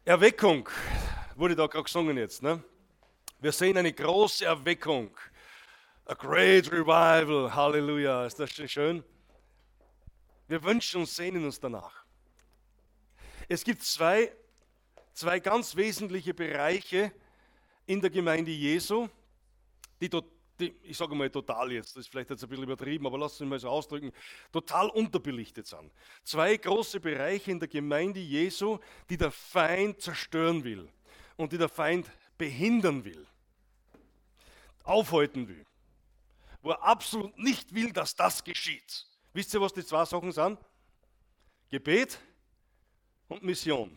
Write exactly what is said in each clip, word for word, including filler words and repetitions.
Erweckung wurde da gerade gesungen jetzt. Ne? Wir sehen eine große Erweckung. A great revival. Halleluja. Ist das schon schön? Wir wünschen und sehnen uns danach. Es gibt zwei, zwei ganz wesentliche Bereiche in der Gemeinde Jesu, die, die ich sage mal total jetzt, das ist vielleicht jetzt ein bisschen übertrieben, aber lasst mich mal so ausdrücken, total unterbelichtet sind. Zwei große Bereiche in der Gemeinde Jesu, die der Feind zerstören will und die der Feind behindern will, aufhalten will, wo er absolut nicht will, dass das geschieht. Wisst ihr, was die zwei Sachen sind? Gebet und Mission.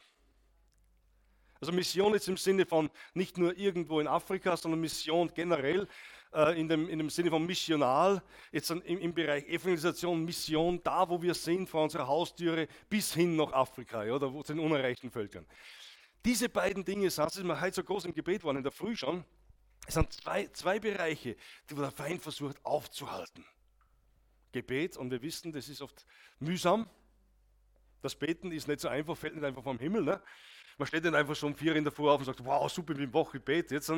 Also Mission jetzt im Sinne von nicht nur irgendwo in Afrika, sondern Mission generell äh, in, dem, in dem Sinne von missional, jetzt im, im Bereich Evangelisation, Mission, da wo wir sind, vor unserer Haustüre, bis hin nach Afrika, ja, oder wo zu den unerreichten Völkern. Diese beiden Dinge sind, das ist mir heute so groß im Gebet waren, in der Früh schon, es sind zwei, zwei Bereiche, die der Feind versucht aufzuhalten. Gebet, und wir wissen, das ist oft mühsam. Das Beten ist nicht so einfach, fällt nicht einfach vom Himmel. Ne? Man steht nicht einfach so um vier in der Früh auf und sagt, wow, super, ich bin wach, ich bete jetzt.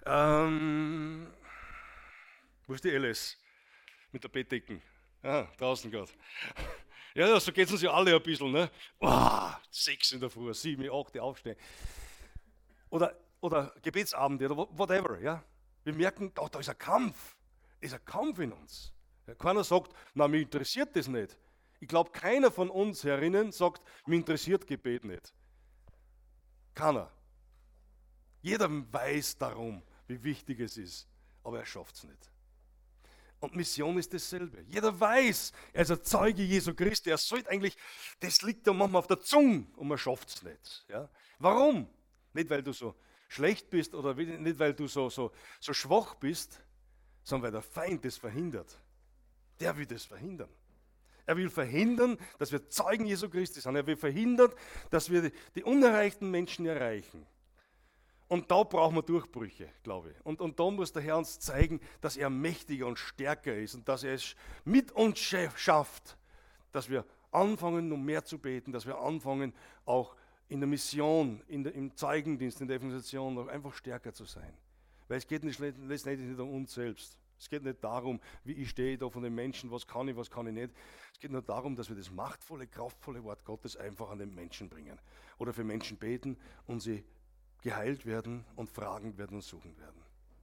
Ähm, wo ist die L S? Mit der Bettdecken. Ah, draußen gerade. Ja, so geht es uns ja alle ein bisschen. Ne? Wow, sechs in der Früh, sieben, acht, aufstehen. Oder, oder Gebetsabende oder whatever. Ja? Wir merken, oh, da ist ein Kampf. Ist ein Kampf in uns. Ja, keiner sagt, na, mich interessiert das nicht. Ich glaube, keiner von uns herinnen sagt, mich interessiert Gebet nicht. Keiner. Jeder weiß darum, wie wichtig es ist, aber er schafft es nicht. Und Mission ist dasselbe. Jeder weiß, er ist ein Zeuge Jesu Christi, er sollte eigentlich, das liegt da manchmal auf der Zunge und man schafft es nicht. Ja? Warum? Nicht, weil du so schlecht bist oder nicht, weil du so, so, so schwach bist, sondern weil der Feind das verhindert. Der will das verhindern. Er will verhindern, dass wir Zeugen Jesu Christi sind. Er will verhindern, dass wir die, die unerreichten Menschen erreichen. Und da brauchen wir Durchbrüche, glaube ich. Und, und da muss der Herr uns zeigen, dass er mächtiger und stärker ist und dass er es mit uns schafft, dass wir anfangen, noch mehr zu beten, dass wir anfangen, auch in der Mission, in der, im Zeugendienst, in der Evangelisation noch einfach stärker zu sein. Weil es geht nicht, letztendlich nicht um uns selbst. Es geht nicht darum, wie ich stehe da von den Menschen, was kann ich, was kann ich nicht. Es geht nur darum, dass wir das machtvolle, kraftvolle Wort Gottes einfach an den Menschen bringen. Oder für Menschen beten und sie geheilt werden und fragen werden und suchen werden.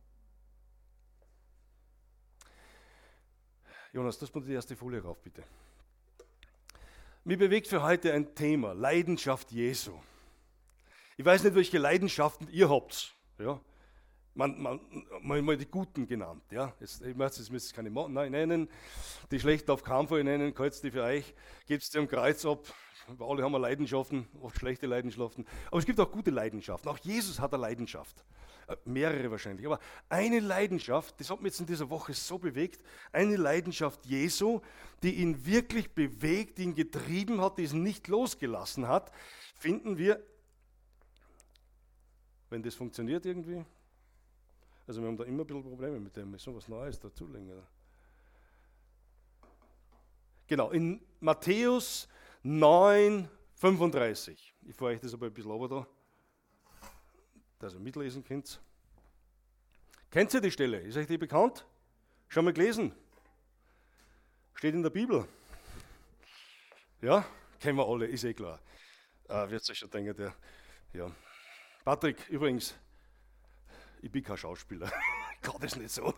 Jonas, das muss die erste Folie rauf, bitte. Mich bewegt für heute ein Thema, Leidenschaft Jesu. Ich weiß nicht, welche Leidenschaften ihr habt. Ja? Man, man, man mal die Guten genannt, ja. Jetzt, ich möchte jetzt müsst keine Namen nennen, die schlecht auf keinen Fall nennen, kalt die für euch, gebt es dem Kreuz ab. Wir alle haben wir Leidenschaften, oft schlechte Leidenschaften, aber es gibt auch gute Leidenschaften. Auch Jesus hat eine Leidenschaft, äh, mehrere wahrscheinlich, aber eine Leidenschaft, das hat mich jetzt in dieser Woche so bewegt, eine Leidenschaft Jesu, die ihn wirklich bewegt, die ihn getrieben hat, die ihn nicht losgelassen hat, finden wir, wenn das funktioniert irgendwie. Also wir haben da immer ein bisschen Probleme mit dem, so was Neues dazulegen. Genau, in Matthäus neun, fünfunddreißig. Ich fahre euch das aber ein bisschen runter da, dass ihr mitlesen könnt. Kennt ihr die Stelle? Ist euch die bekannt? Schon mal gelesen? Steht in der Bibel. Ja, kennen wir alle, ist eh klar. Äh, wird euch schon denken, der, ja. Patrick, übrigens, ich bin kein Schauspieler, Gott ist nicht so.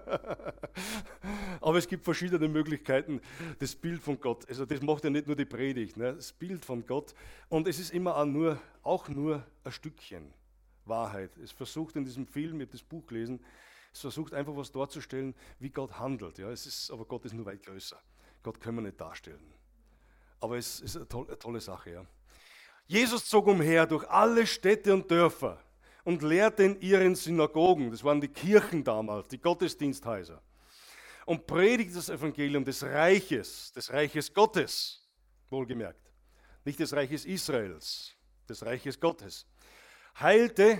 Aber es gibt verschiedene Möglichkeiten, das Bild von Gott, also das macht ja nicht nur die Predigt, ne? Das Bild von Gott. Und es ist immer auch nur, auch nur ein Stückchen Wahrheit. Es versucht in diesem Film, ich habe das Buch gelesen, es versucht einfach was darzustellen, wie Gott handelt. Ja? Es ist, aber Gott ist nur weit größer. Gott können wir nicht darstellen. Aber es ist eine tolle, eine tolle Sache. Ja? Jesus zog umher durch alle Städte und Dörfer und lehrte in ihren Synagogen, das waren die Kirchen damals, die Gottesdiensthäuser, und predigte das Evangelium des Reiches, des Reiches Gottes, wohlgemerkt, nicht des Reiches Israels, des Reiches Gottes, heilte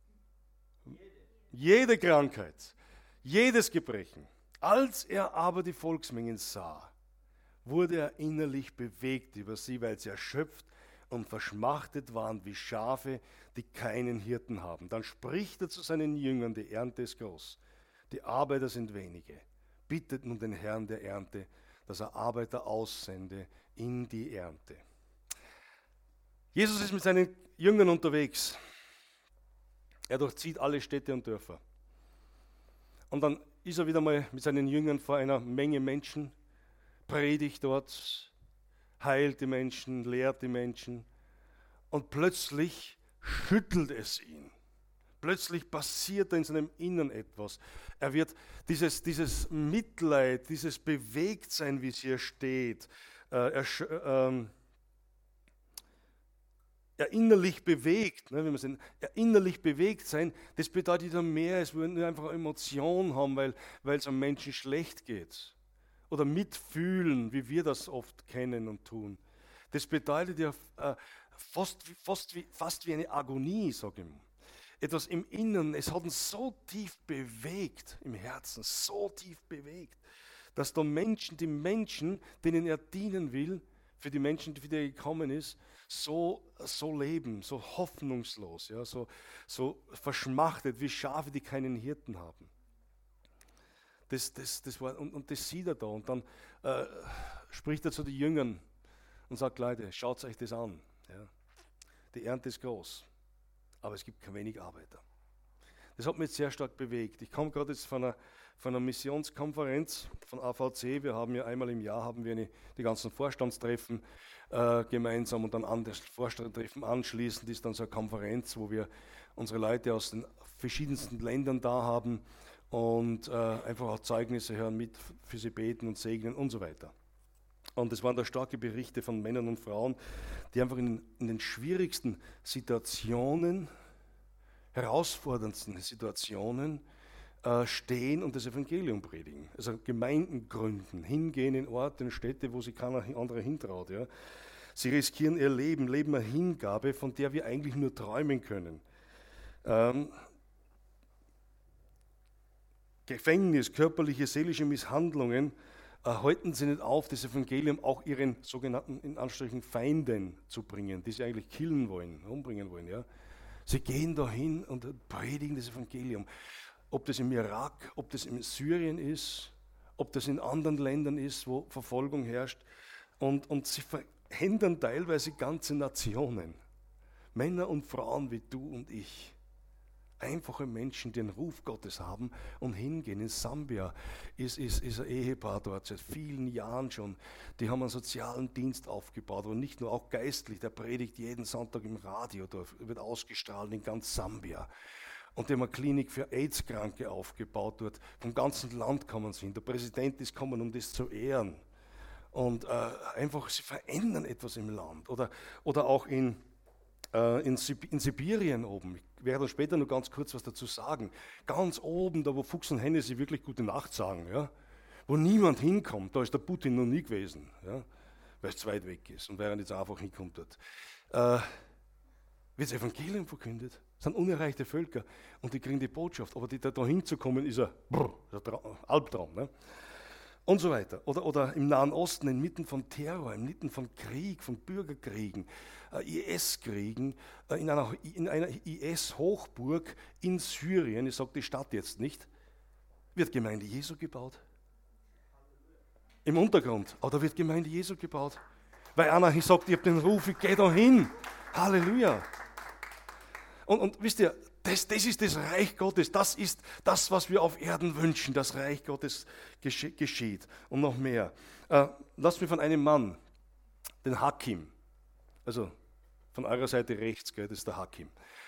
jede Krankheit, jedes Gebrechen. Als er aber die Volksmengen sah, wurde er innerlich bewegt über sie, weil sie erschöpft und verschmachtet waren wie Schafe, die keinen Hirten haben. Dann spricht er zu seinen Jüngern, die Ernte ist groß, die Arbeiter sind wenige. Bittet nun den Herrn der Ernte, dass er Arbeiter aussende in die Ernte. Jesus ist mit seinen Jüngern unterwegs. Er durchzieht alle Städte und Dörfer. Und dann ist er wieder mal mit seinen Jüngern vor einer Menge Menschen, predigt dort, heilt die Menschen, lehrt die Menschen. Und plötzlich schüttelt es ihn. Plötzlich passiert in seinem Innern etwas. Er wird dieses, dieses Mitleid, dieses Bewegtsein, wie es hier steht, äh, er, äh, er innerlich bewegt, ne, wie man sagt, er innerlich bewegt sein, das bedeutet ja mehr, als würden wir einfach Emotion haben, weil, weil es einem Menschen schlecht geht. Oder mitfühlen, wie wir das oft kennen und tun. Das bedeutet ja äh, fast, fast, wie, fast wie eine Agonie, sage ich mal. Etwas im Inneren, es hat ihn so tief bewegt, im Herzen, so tief bewegt, dass da Menschen, die Menschen, denen er dienen will, für die Menschen, für die er gekommen ist, so, so leben, so hoffnungslos, ja, so, so verschmachtet wie Schafe, die keinen Hirten haben. Das, das, das war, und, und das sieht er da. Und dann äh, spricht er zu den Jüngern und sagt, Leute, schaut euch das an. Ja. Die Ernte ist groß, aber es gibt kein wenig Arbeiter. Das hat mich sehr stark bewegt. Ich komme gerade jetzt von einer, von einer Missionskonferenz von A V C. Wir haben ja einmal im Jahr haben wir eine, die ganzen Vorstandstreffen äh, gemeinsam und dann an das Vorstandstreffen anschließend ist dann so eine Konferenz, wo wir unsere Leute aus den verschiedensten Ländern da haben und äh, einfach auch Zeugnisse hören, mit für sie beten und segnen und so weiter. Und es waren da starke Berichte von Männern und Frauen, die einfach in, in den schwierigsten Situationen, herausforderndsten Situationen äh, stehen und das Evangelium predigen. Also Gemeinden gründen, hingehen in Orte und Städte, wo sich keiner andere hintraut. Ja. Sie riskieren ihr Leben, leben eine Hingabe, von der wir eigentlich nur träumen können. Ähm, Gefängnis, körperliche, seelische Misshandlungen äh, halten sie nicht auf, das Evangelium auch ihren sogenannten, in Anführungsstrichen, Feinden zu bringen, die sie eigentlich killen wollen, umbringen wollen. Ja. Sie gehen dahin und predigen das Evangelium. Ob das im Irak, ob das in Syrien ist, ob das in anderen Ländern ist, wo Verfolgung herrscht. Und, und sie verhindern teilweise ganze Nationen. Männer und Frauen wie du und ich. Einfache Menschen, die den Ruf Gottes haben und hingehen. In Sambia ist, ist, ist ein Ehepaar dort seit vielen Jahren schon. Die haben einen sozialen Dienst aufgebaut und nicht nur, auch geistlich. Der predigt jeden Sonntag im Radio, da wird ausgestrahlt in ganz Sambia. Und die haben eine Klinik für AIDS-Kranke aufgebaut dort. Vom ganzen Land kommen sie hin. Der Präsident ist gekommen, um das zu ehren. Und äh, einfach, sie verändern etwas im Land. Oder, oder auch in In, Sib- in Sibirien oben, ich werde später noch ganz kurz was dazu sagen, ganz oben, da wo Fuchs und Henne sie wirklich gute Nacht sagen, ja, wo niemand hinkommt, da ist der Putin noch nie gewesen, ja, weil es zu weit weg ist und weil er jetzt einfach hinkommt dort. Äh, wird das Evangelium verkündet, das sind unerreichte Völker und die kriegen die Botschaft, aber die, da, da hinzukommen ist ein, brr, ein Tra- Albtraum. Ne? Und so weiter. Oder, oder im Nahen Osten, inmitten von Terror, inmitten von Krieg, von Bürgerkriegen, äh, I S-Kriegen, äh, in einer, in einer I S-Hochburg in Syrien, ich sage die Stadt jetzt nicht, wird Gemeinde Jesu gebaut. Im Untergrund, aber da wird Gemeinde Jesu gebaut. Weil einer sagt, ich habe den Ruf, ich gehe da hin. Halleluja. Und, und wisst ihr, Das, das ist das Reich Gottes, das ist das, was wir auf Erden wünschen, das Reich Gottes gesche- geschieht und noch mehr. Äh, lasst mich von einem Mann, den Hakim, also von eurer Seite rechts, gell, das ist der Hakim.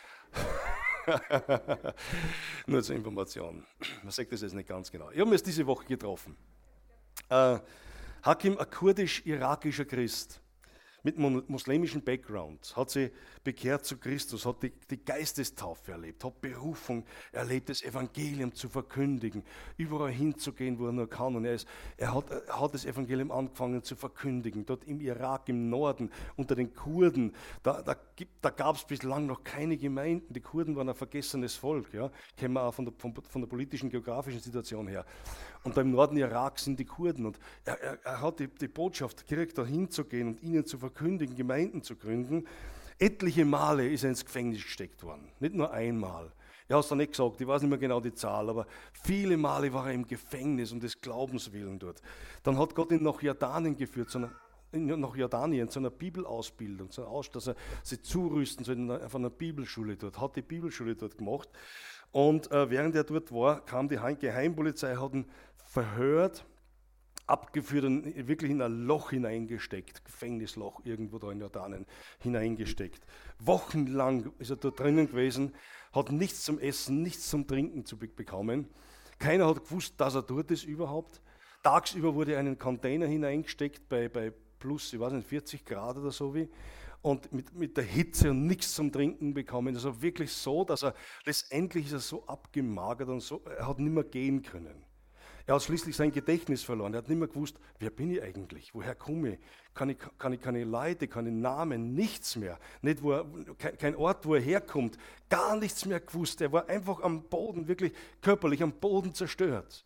Nur zur Information, man sagt das jetzt nicht ganz genau. Ich habe ihn jetzt diese Woche getroffen. Äh, Hakim, ein kurdisch-irakischer Christ. Mit muslimischem Background, hat sie bekehrt zu Christus, hat die, die Geistestaufe erlebt, hat Berufung erlebt, das Evangelium zu verkündigen, überall hinzugehen, wo er nur kann. Und er, ist, er, hat, er hat das Evangelium angefangen zu verkündigen, dort im Irak, im Norden, unter den Kurden. Da, da, da gab es bislang noch keine Gemeinden. Die Kurden waren ein vergessenes Volk, ja? Kennen wir auch von der, von, von der politischen, geografischen Situation her. Und da im Norden Irak sind die Kurden. Und er, er, er hat die, die Botschaft gekriegt, da hinzugehen und ihnen zu verkündigen. verkündigen, Gemeinden zu gründen. Etliche Male ist er ins Gefängnis gesteckt worden, nicht nur einmal. Er hat es dann nicht gesagt, ich weiß nicht mehr genau die Zahl, aber viele Male war er im Gefängnis um des Glaubens willen dort. Dann hat Gott ihn nach Jordanien geführt, zu einer, nach Jordanien zu einer Bibelausbildung, zu einer Aus, dass er sie zurüsten soll auf einer Bibelschule dort, hat die Bibelschule dort gemacht. Und äh, während er dort war, kam die Geheimpolizei, hat ihn verhört, abgeführt und wirklich in ein Loch hineingesteckt, Gefängnisloch irgendwo da in Jordanien hineingesteckt. Wochenlang ist er dort drinnen gewesen, hat nichts zum Essen, nichts zum Trinken zu be- bekommen. Keiner hat gewusst, dass er dort ist überhaupt. Tagsüber wurde er in einen Container hineingesteckt bei, bei plus, ich weiß nicht, vierzig Grad oder so wie. Und mit, mit der Hitze und nichts zum Trinken bekommen. Also wirklich so, dass er, letztendlich ist er so abgemagert und so, er hat nicht mehr gehen können. Er hat schließlich sein Gedächtnis verloren. Er hat nicht mehr gewusst, wer bin ich eigentlich? Woher komme ich? Kann ich, kann ich keine Leute, keine Namen, nichts mehr. Nicht, wo er, kein, kein Ort, wo er herkommt. Gar nichts mehr gewusst. Er war einfach am Boden, wirklich körperlich am Boden zerstört.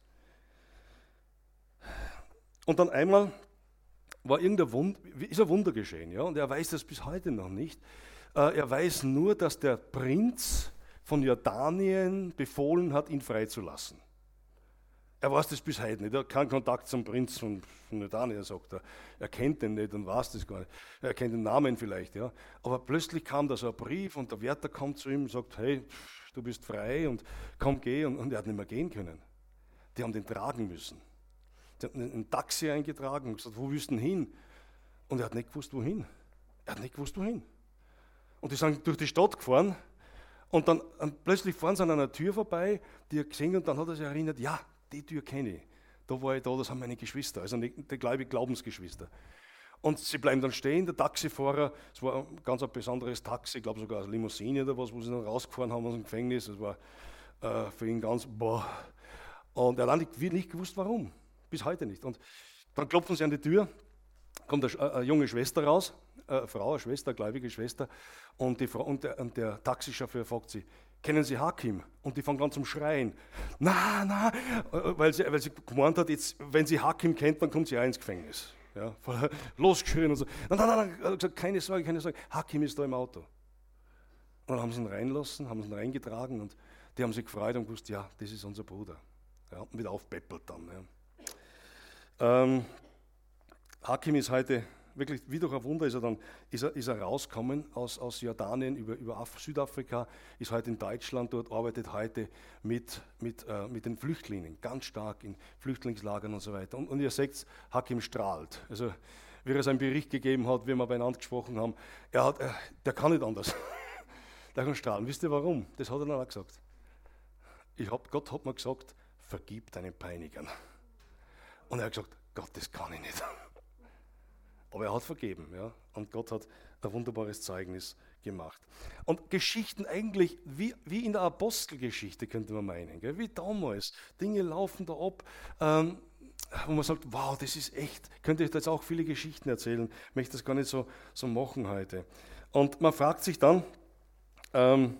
Und dann einmal war irgendein Wunder, ist ein Wunder geschehen. Ja? Und er weiß das bis heute noch nicht. Äh, er weiß nur, dass der Prinz von Jordanien befohlen hat, ihn freizulassen. Er weiß das bis heute nicht. Er hat keinen Kontakt zum Prinz von, von Jordanien, sagt er. Er kennt den nicht und weiß das gar nicht. Er kennt den Namen vielleicht, ja. Aber plötzlich kam da so ein Brief und der Wärter kommt zu ihm und sagt, hey, du bist frei und komm, geh. Und, und er hat nicht mehr gehen können. Die haben den tragen müssen. Die haben ein Taxi eingetragen und gesagt, wo willst du denn hin? Und er hat nicht gewusst, wohin. Er hat nicht gewusst, wohin. Und die sind durch die Stadt gefahren und dann und plötzlich fahren sie an einer Tür vorbei, die er gesehen hat, und dann hat er sich erinnert, ja, die Tür kenne ich. Da war ich da, das haben meine Geschwister, also die, die Glaubensgeschwister. Und sie bleiben dann stehen, der Taxifahrer, es war ein ganz ein besonderes Taxi, ich glaube sogar eine Limousine oder was, wo sie dann rausgefahren haben aus dem Gefängnis. Das war äh, für ihn ganz, boah. Und er hat nicht, nicht gewusst, warum. Bis heute nicht. Und dann klopfen sie an die Tür, kommt eine, eine junge Schwester raus, eine Frau, eine Schwester, eine gläubige Schwester, und, die Frau, und, der, und der Taxichauffeur fragt sie, kennen Sie Hakim? Und die fangen an zum Schreien. Na, na, weil sie, weil sie gemeint hat, jetzt, wenn sie Hakim kennt, dann kommt sie auch ins Gefängnis. Ja, losgeschrien und so. Nein, nein, nein, nein, gesagt, keine Sorge, keine Sorge, Hakim ist da im Auto. Und dann haben sie ihn reinlassen, haben ihn reingetragen und die haben sich gefreut und gewusst, ja, das ist unser Bruder. Ja, und wieder aufpeppelt dann. Ja. Ähm, Hakim ist heute wirklich, wie durch ein Wunder ist er dann ist er, ist er rausgekommen aus, aus Jordanien über, über Af- Südafrika, ist heute in Deutschland dort, arbeitet heute mit, mit, äh, mit den Flüchtlingen, ganz stark in Flüchtlingslagern und so weiter. Und, und ihr seht, Hakim strahlt. Also, wie er seinen Bericht gegeben hat, wie wir beieinander gesprochen haben, er hat, er, der kann nicht anders. Der kann strahlen. Wisst ihr warum? Das hat er dann auch gesagt. Ich hab, Gott hat mir gesagt, vergib deinen Peinigern. Und er hat gesagt, Gott, das kann ich nicht. Aber er hat vergeben, ja, und Gott hat ein wunderbares Zeugnis gemacht. Und Geschichten eigentlich, wie, wie in der Apostelgeschichte könnte man meinen, gell? Wie damals. Dinge laufen da ab, ähm, wo man sagt, wow, das ist echt. Könnte ich jetzt auch viele Geschichten erzählen, möchte das gar nicht so, so machen heute. Und man fragt sich dann, ähm,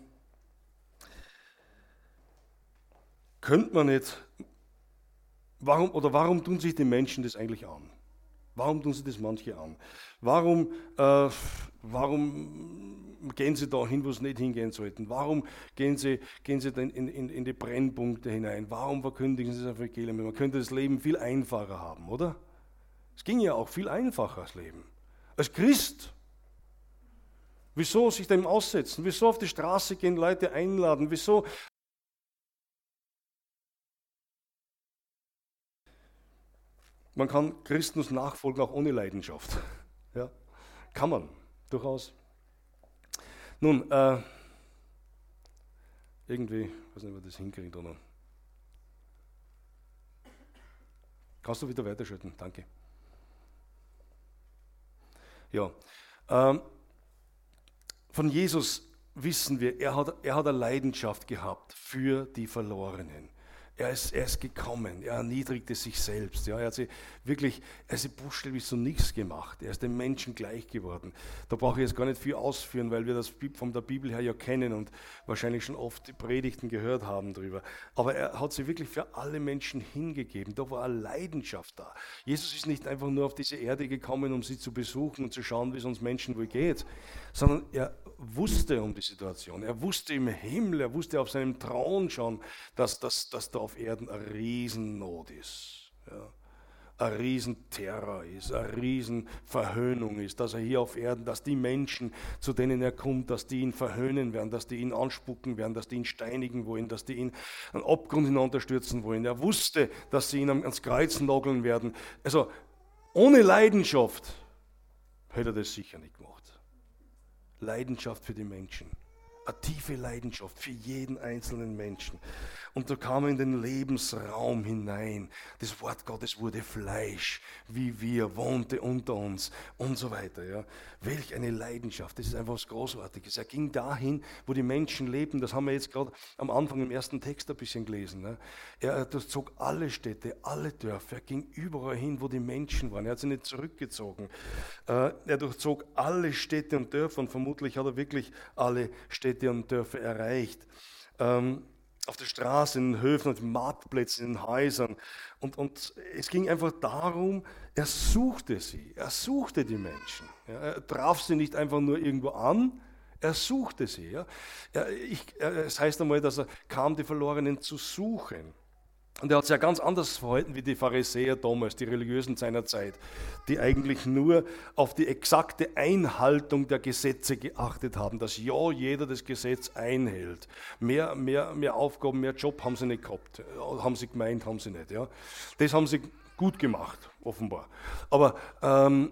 könnte man nicht, warum, oder warum tun sich die Menschen das eigentlich an? Warum tun sie das manche an? Warum, äh, warum gehen sie da hin, wo sie nicht hingehen sollten? Warum gehen sie, gehen sie in, in, in die Brennpunkte hinein? Warum verkündigen sie das Evangelium? Man könnte das Leben viel einfacher haben, oder? Es ging ja auch viel einfacher, das Leben. Als Christ. Wieso sich dem aussetzen? Wieso auf die Straße gehen, Leute einladen? Wieso man kann Christus nachfolgen auch ohne Leidenschaft. Ja, kann man, durchaus. Nun, äh, irgendwie, ich weiß nicht, ob wir das hinkriegen oder noch. Kannst du wieder weiterschalten? Danke. Ja, ähm, von Jesus wissen wir, er hat, er hat eine Leidenschaft gehabt für die Verlorenen. Er ist, er ist gekommen, er erniedrigte sich selbst. Ja, er hat sich wirklich, er ist buchstäblich so nichts gemacht. Er ist dem Menschen gleich geworden. Da brauche ich jetzt gar nicht viel ausführen, weil wir das von der Bibel her ja kennen und wahrscheinlich schon oft die Predigten gehört haben darüber. Aber er hat sich wirklich für alle Menschen hingegeben. Da war eine Leidenschaft da. Jesus ist nicht einfach nur auf diese Erde gekommen, um sie zu besuchen und zu schauen, wie es uns Menschen wohl geht, sondern er wusste um die Situation. Er wusste im Himmel, er wusste auf seinem Thron schon, dass, dass, dass da auf Erden eine Riesennot ist. Ja. Ein Riesenterror ist, eine Riesenverhöhnung ist, dass er hier auf Erden, dass die Menschen, zu denen er kommt, dass die ihn verhöhnen werden, dass die ihn anspucken werden, dass die ihn steinigen wollen, dass die ihn an den Abgrund hinunterstürzen wollen. Er wusste, dass sie ihn ans Kreuz nageln werden. Also ohne Leidenschaft hätte er das sicher nicht gemacht. Leidenschaft für die Menschen. Eine tiefe Leidenschaft für jeden einzelnen Menschen. Und da kam er in den Lebensraum hinein. Das Wort Gottes wurde Fleisch, wie wir, wohnte unter uns und so weiter. Ja. Welch eine Leidenschaft, das ist einfach was Großartiges. Er ging dahin, wo die Menschen lebten. Das haben wir jetzt gerade am Anfang im ersten Text ein bisschen gelesen. Ne. Er durchzog alle Städte, alle Dörfer. Er ging überall hin, wo die Menschen waren. Er hat sie nicht zurückgezogen. Er durchzog alle Städte und Dörfer und vermutlich hat er wirklich alle Städte und Dörfer erreicht. Ähm, auf der Straße, in den Höfen, auf den Marktplätzen, in den Häusern. Und, und es ging einfach darum, er suchte sie, er suchte die Menschen. Ja, er traf sie nicht einfach nur irgendwo an, er suchte sie. Ja. Er, ich, er, es heißt einmal, dass er kam, die Verlorenen zu suchen. Und er hat sich ja ganz anders verhalten wie die Pharisäer damals, die Religiösen seiner Zeit, die eigentlich nur auf die exakte Einhaltung der Gesetze geachtet haben, dass ja jeder das Gesetz einhält. Mehr, mehr, mehr Aufgaben, mehr Job haben sie nicht gehabt, haben sie gemeint, haben sie nicht. Ja. Das haben sie gut gemacht, offenbar. Aber ähm,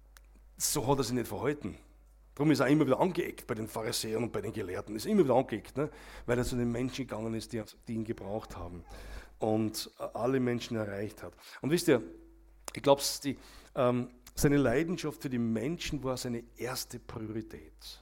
so hat er sich nicht verhalten. Darum ist er immer wieder angeeckt bei den Pharisäern und bei den Gelehrten. Er ist immer wieder angeeckt, ne? Weil er zu den Menschen gegangen ist, die, die ihn gebraucht haben. Und alle Menschen erreicht hat. Und wisst ihr, ich glaube, ähm, seine Leidenschaft für die Menschen war seine erste Priorität.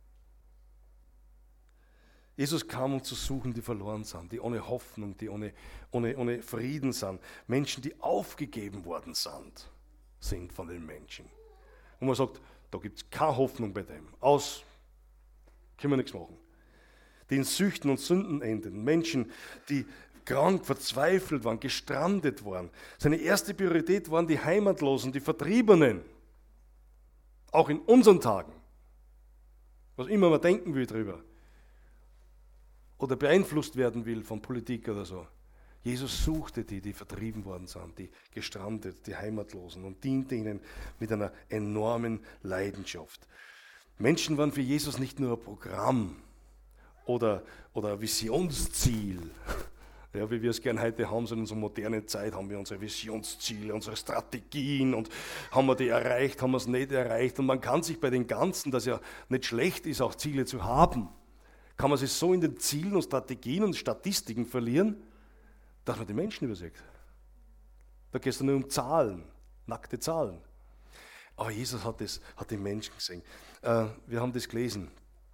Jesus kam, um zu suchen, die verloren sind, die ohne Hoffnung, die ohne, ohne, ohne Frieden sind. Menschen, die aufgegeben worden sind, sind von den Menschen. Und man sagt, da gibt es keine Hoffnung bei dem. Aus, können wir nichts machen. Die in Süchten und Sünden enden. Menschen, die krank, verzweifelt waren, gestrandet waren. Seine erste Priorität waren die Heimatlosen, die Vertriebenen. Auch in unseren Tagen. Was immer man denken will drüber. Oder beeinflusst werden will von Politik oder so. Jesus suchte die, die vertrieben worden sind, die gestrandet, die Heimatlosen und diente ihnen mit einer enormen Leidenschaft. Menschen waren für Jesus nicht nur ein Programm oder, oder ein Visionsziel. Ja, wie wir es gern heute haben, so in unserer modernen Zeit haben wir unsere Visionsziele, unsere Strategien und haben wir die erreicht, haben wir es nicht erreicht. Und man kann sich bei den Ganzen, das ja nicht schlecht ist, auch Ziele zu haben, kann man sich so in den Zielen und Strategien und Statistiken verlieren, dass man die Menschen übersieht. Da geht es nur um Zahlen, nackte Zahlen. Aber Jesus hat, das, hat die Menschen gesehen. Äh, wir haben das gelesen.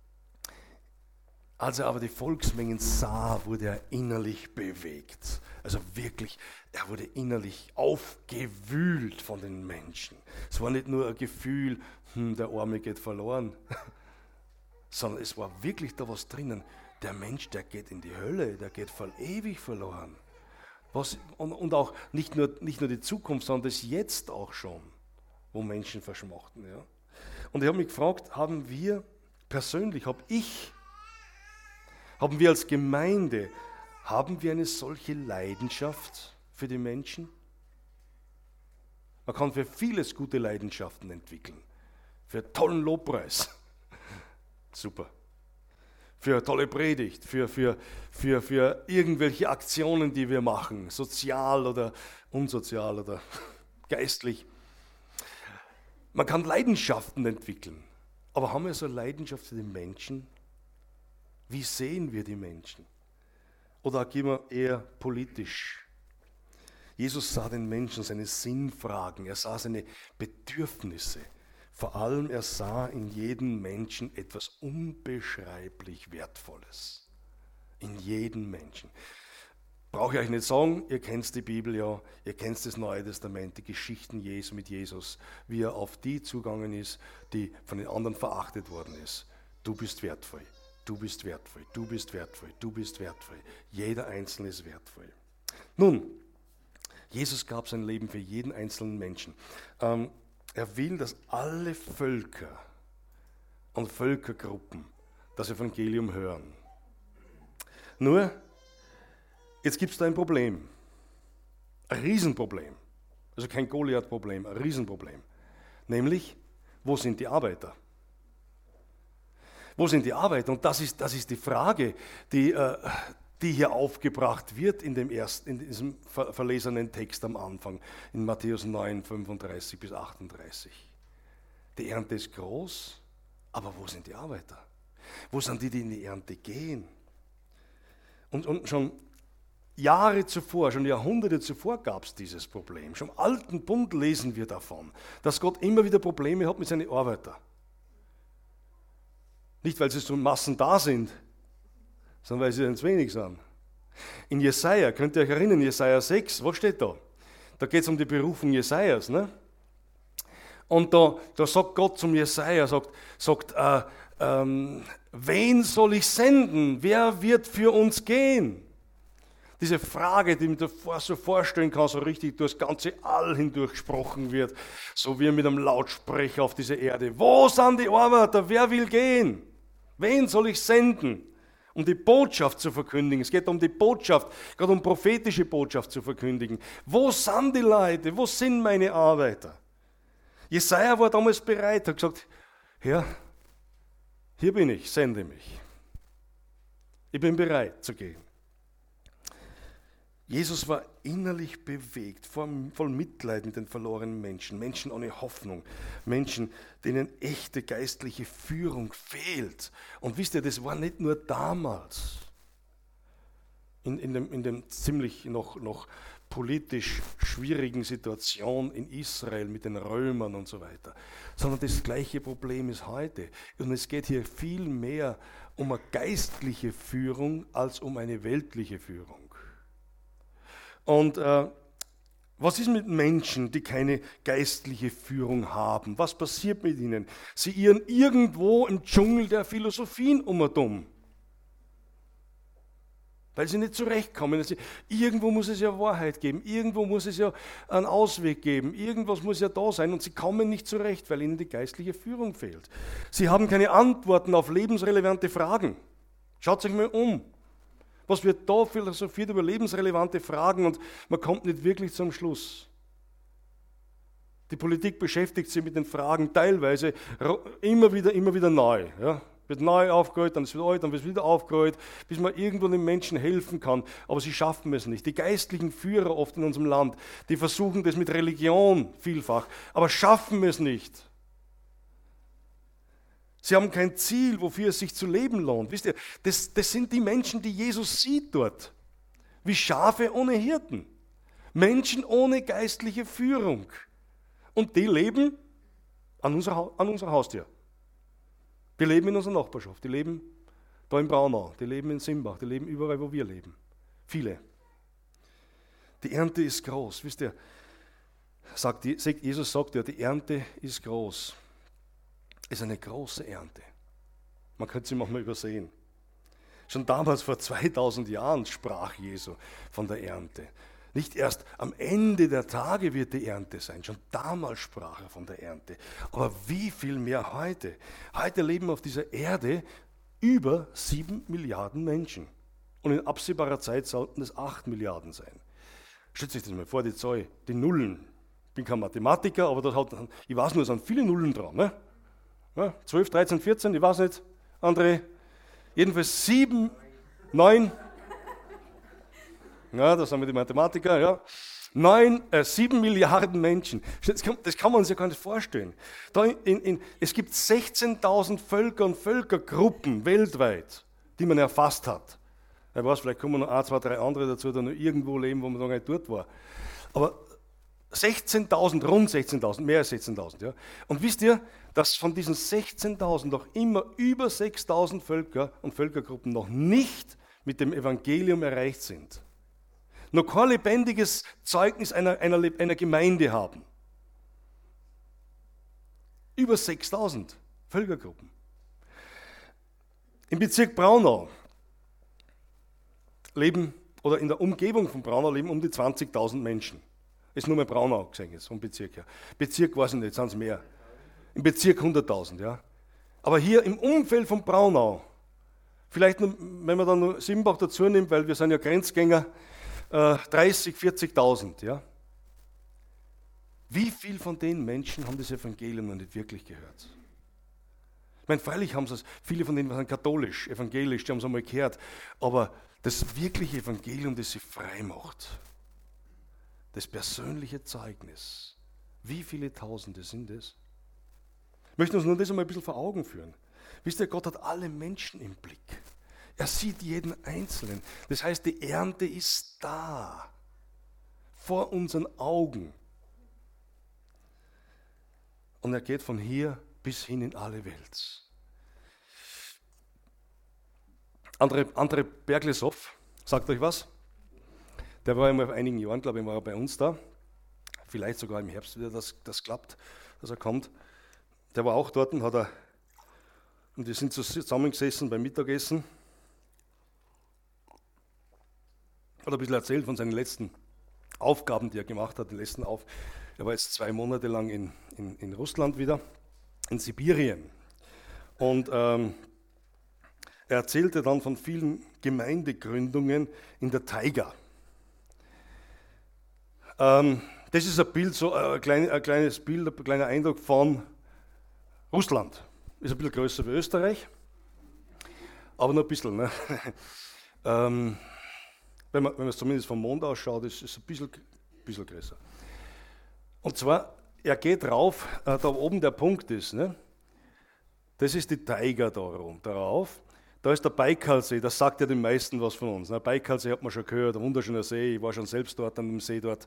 Als er aber die Volksmengen sah, wurde er innerlich bewegt. Also wirklich, er wurde innerlich aufgewühlt von den Menschen. Es war nicht nur ein Gefühl, hm, der Arme geht verloren, sondern es war wirklich da was drinnen. Der Mensch, der geht in die Hölle, der geht voll ewig verloren. Was, und, und auch nicht nur, nicht nur die Zukunft, sondern das Jetzt auch schon, wo Menschen verschmachten. Ja. Und ich habe mich gefragt, haben wir persönlich, habe ich, haben wir als Gemeinde, haben wir eine solche Leidenschaft für die Menschen? Man kann für vieles gute Leidenschaften entwickeln. Für tollen Lobpreis. Super. Für tolle Predigt, für, für, für, für irgendwelche Aktionen, die wir machen, sozial oder unsozial oder geistlich. Man kann Leidenschaften entwickeln. Aber haben wir so eine Leidenschaft für die Menschen? Wie sehen wir die Menschen? Oder agieren wir eher politisch? Jesus sah den Menschen seine Sinnfragen, er sah seine Bedürfnisse. Vor allem, er sah in jedem Menschen etwas unbeschreiblich Wertvolles. In jedem Menschen. Brauche ich euch nicht sagen, ihr kennt die Bibel ja, ihr kennt das Neue Testament, die Geschichten Jesu mit Jesus, wie er auf die zugegangen ist, die von den anderen verachtet worden ist. Du bist wertvoll, du bist wertvoll, du bist wertvoll, du bist wertvoll. Jeder Einzelne ist wertvoll. Nun, Jesus gab sein Leben für jeden einzelnen Menschen. Ähm, er will, dass alle Völker und Völkergruppen das Evangelium hören. Nur, jetzt gibt es da ein Problem. Ein Riesenproblem. Also kein Goliath-Problem, ein Riesenproblem. Nämlich, wo sind die Arbeiter? Wo sind die Arbeiter? Und das ist, das ist die Frage, die, äh, die hier aufgebracht wird in, dem ersten, in diesem ver verlesenen Text am Anfang, in Matthäus neun, fünfunddreißig bis achtunddreißig. Die Ernte ist groß, aber wo sind die Arbeiter? Wo sind die, die in die Ernte gehen? Und, und schon Jahre zuvor, schon Jahrhunderte zuvor gab es dieses Problem. Schon im Alten Bund lesen wir davon, dass Gott immer wieder Probleme hat mit seinen Arbeitern. Nicht, weil sie so in Massen da sind, sondern weil sie ganz wenig sind. In Jesaja, könnt ihr euch erinnern, Jesaja sechs, was steht da? Da geht es um die Berufung Jesajas. Ne? Und da, da sagt Gott zum Jesaja, sagt, sagt äh, ähm, wen soll ich senden? Wer wird für uns gehen? Diese Frage, die man sich so vorstellen kann, so richtig durch das ganze All hindurch gesprochen wird, so wie mit einem Lautsprecher auf diese Erde. Wo sind die Arbeiter? Wer will gehen? Wen soll ich senden? Um die Botschaft zu verkündigen. Es geht um die Botschaft, gerade um prophetische Botschaft zu verkündigen. Wo sind die Leute? Wo sind meine Arbeiter? Jesaja war damals bereit, hat gesagt, Herr, hier bin ich, sende mich. Ich bin bereit zu gehen. Jesus war innerlich bewegt, voll Mitleid mit den verlorenen Menschen, Menschen ohne Hoffnung, Menschen, denen echte geistliche Führung fehlt. Und wisst ihr, das war nicht nur damals, in, in, dem, in dem ziemlich noch, noch politisch schwierigen Situation in Israel mit den Römern und so weiter, sondern das gleiche Problem ist heute. Und es geht hier viel mehr um eine geistliche Führung als um eine weltliche Führung. Und äh, was ist mit Menschen, die keine geistliche Führung haben? Was passiert mit ihnen? Sie irren irgendwo im Dschungel der Philosophien um und um. Weil sie nicht zurechtkommen. Sie, irgendwo muss es ja Wahrheit geben, irgendwo muss es ja einen Ausweg geben, irgendwas muss ja da sein und sie kommen nicht zurecht, weil ihnen die geistliche Führung fehlt. Sie haben keine Antworten auf lebensrelevante Fragen. Schaut euch mal um. Was wird da philosophiert über lebensrelevante Fragen und man kommt nicht wirklich zum Schluss. Die Politik beschäftigt sich mit den Fragen teilweise immer wieder, immer wieder neu. Ja? Wird neu aufgerollt, dann ist es wieder alt, dann wird es wieder aufgerollt, bis man irgendwo den Menschen helfen kann. Aber sie schaffen es nicht. Die geistlichen Führer oft in unserem Land, die versuchen das mit Religion vielfach, aber schaffen es nicht. Sie haben kein Ziel, wofür es sich zu leben lohnt. Wisst ihr, das, das sind die Menschen, die Jesus sieht dort. Wie Schafe ohne Hirten. Menschen ohne geistliche Führung. Und die leben an unserer, an unserer Haustür. Die leben in unserer Nachbarschaft. Die leben da in Braunau. Die leben in Simbach. Die leben überall, wo wir leben. Viele. Die Ernte ist groß. Wisst ihr, sagt, Jesus sagt ja, die Ernte ist groß. Ist eine große Ernte. Man könnte sie manchmal übersehen. Schon damals vor zweitausend Jahren sprach Jesu von der Ernte. Nicht erst am Ende der Tage wird die Ernte sein. Schon damals sprach er von der Ernte. Aber wie viel mehr heute? Heute leben auf dieser Erde über sieben Milliarden Menschen. Und in absehbarer Zeit sollten es acht Milliarden sein. Stellt sich das mal vor, die Zahl, die Nullen. Ich bin kein Mathematiker, aber das hat, ich weiß nur, es sind viele Nullen dran. Ne? Ja, zwölf, dreizehn, vierzehn, ich weiß nicht, André. Jedenfalls sieben, neun. Ja, das sind wir die Mathematiker, ja. Neun, äh, sieben Milliarden Menschen. Das kann, das kann man sich gar nicht vorstellen. Da in, in, es gibt sechzehntausend Völker und Völkergruppen weltweit, die man erfasst hat. Ich weiß, vielleicht kommen noch ein, zwei, drei andere dazu, die noch irgendwo leben, wo man noch nicht dort war. Aber sechzehntausend, rund sechzehntausend, mehr als sechzehntausend. Ja. Und wisst ihr, dass von diesen sechzehntausend noch immer über sechstausend Völker und Völkergruppen noch nicht mit dem Evangelium erreicht sind. noch kein lebendiges Zeugnis einer, einer, einer Gemeinde haben. Über sechstausend Völkergruppen. Im Bezirk Braunau leben, oder in der Umgebung von Braunau leben um die zwanzigtausend Menschen. Ist nur mal Braunau gesehen, jetzt vom Bezirk her. Bezirk weiß ich nicht, sind es mehr. Im Bezirk hunderttausend, ja. Aber hier im Umfeld von Braunau, vielleicht, noch, wenn man dann noch Siebenbach dazu nimmt, weil wir sind ja Grenzgänger, äh, dreißig, vierzigtausend, ja. Wie viel von den Menschen haben das Evangelium noch nicht wirklich gehört? Ich meine, freilich haben sie es, viele von denen sind katholisch, evangelisch, die haben es einmal gehört, aber das wirkliche Evangelium, das sie frei macht, das persönliche Zeugnis, wie viele Tausende sind es? Ich möchte uns nur das einmal ein bisschen vor Augen führen. Wisst ihr, Gott hat alle Menschen im Blick. Er sieht jeden Einzelnen. Das heißt, die Ernte ist da, vor unseren Augen. Und er geht von hier bis hin in alle Welt. André, André Berglesow, sagt euch was? Der war einmal vor einigen Jahren, glaube ich, war er bei uns da. Vielleicht sogar im Herbst wieder, dass das klappt, dass er kommt. Der war auch dort und hat er, und wir sind zusammengesessen beim Mittagessen. Hat ein bisschen erzählt von seinen letzten Aufgaben, die er gemacht hat. Die letzten Auf er war jetzt zwei Monate lang in, in, in Russland wieder, in Sibirien. Und ähm, er erzählte dann von vielen Gemeindegründungen in der Taiga. Ähm, das ist ein Bild, so ein, klein, ein kleines Bild, ein kleiner Eindruck von Russland. Ist ein bisschen größer wie Österreich, aber nur ein bisschen. Ne? ähm, wenn, man, wenn man es zumindest vom Mond ausschaut, ist es ein bisschen, ein bisschen größer. Und zwar, er geht rauf, äh, da oben der Punkt ist, ne? Das ist die Taiga da rum, darauf. Da ist der Baikalsee, das sagt ja den meisten was von uns. Ne? Baikalsee hat man schon gehört, ein wunderschöner See, ich war schon selbst dort an dem See dort.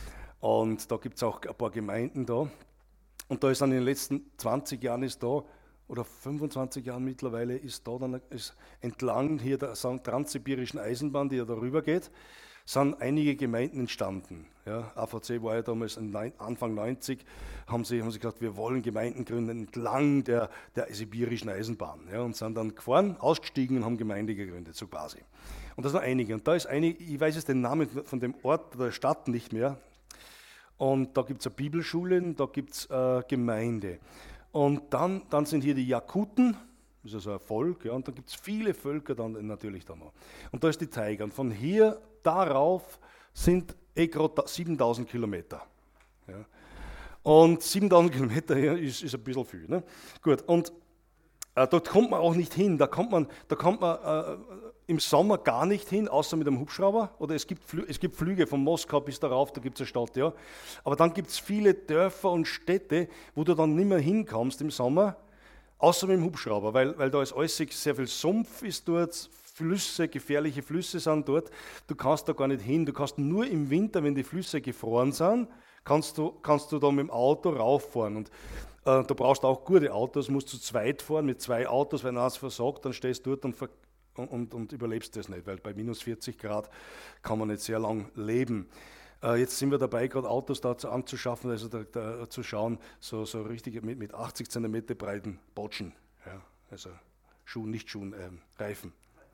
Und da gibt es auch ein paar Gemeinden da. Und da ist dann in den letzten zwanzig Jahren ist da, oder fünfundzwanzig Jahren mittlerweile, ist da dann ist entlang hier der transsibirischen Eisenbahn, die ja darüber geht, sind einige Gemeinden entstanden. Ja, A V C war ja damals Anfang neunzig, haben sie, haben sie gesagt, wir wollen Gemeinden gründen entlang der, der sibirischen Eisenbahn. Ja, und sind dann gefahren, ausgestiegen und haben Gemeinde gegründet, so quasi. Und das sind einige. Und da ist einige, ich weiß jetzt den Namen von dem Ort, der Stadt nicht mehr. Und da gibt es eine Bibelschule, da gibt es äh, Gemeinde. Und dann, dann sind hier die Jakuten, das ist also ein Volk, ja, und dann gibt es viele Völker dann natürlich da noch. Und da ist die Taiga. Und von hier darauf sind eh gerade siebentausend Kilometer. Ja. Und siebentausend Kilometer ja, ist, ist ein bisschen viel. Ne? Gut, und äh, dort kommt man auch nicht hin. Da kommt man, da kommt man äh, im Sommer gar nicht hin, außer mit einem Hubschrauber. Oder es gibt, Flü es gibt Flüge von Moskau bis darauf, da gibt es eine Stadt. Ja. Aber dann gibt es viele Dörfer und Städte, wo du dann nicht mehr hinkommst im Sommer, außer mit dem Hubschrauber, weil, weil da ist alles sehr viel Sumpf ist dort, Flüsse, gefährliche Flüsse sind dort. Du kannst da gar nicht hin. Du kannst nur im Winter, wenn die Flüsse gefroren sind, kannst du, kannst du da mit dem Auto rauffahren. Und äh, du brauchst auch gute Autos, musst zu zweit fahren, mit zwei Autos, wenn eins versagt, dann stehst du dort und, und, und, und überlebst das nicht, weil bei minus vierzig Grad kann man nicht sehr lang leben. Äh, jetzt sind wir dabei, gerade Autos da zu, anzuschaffen, also da, da, zu schauen, so, so richtig mit, mit achtzig Zentimeter breiten Botschen, ja, also Schuhen, nicht Schuhen, ähm, Reifen,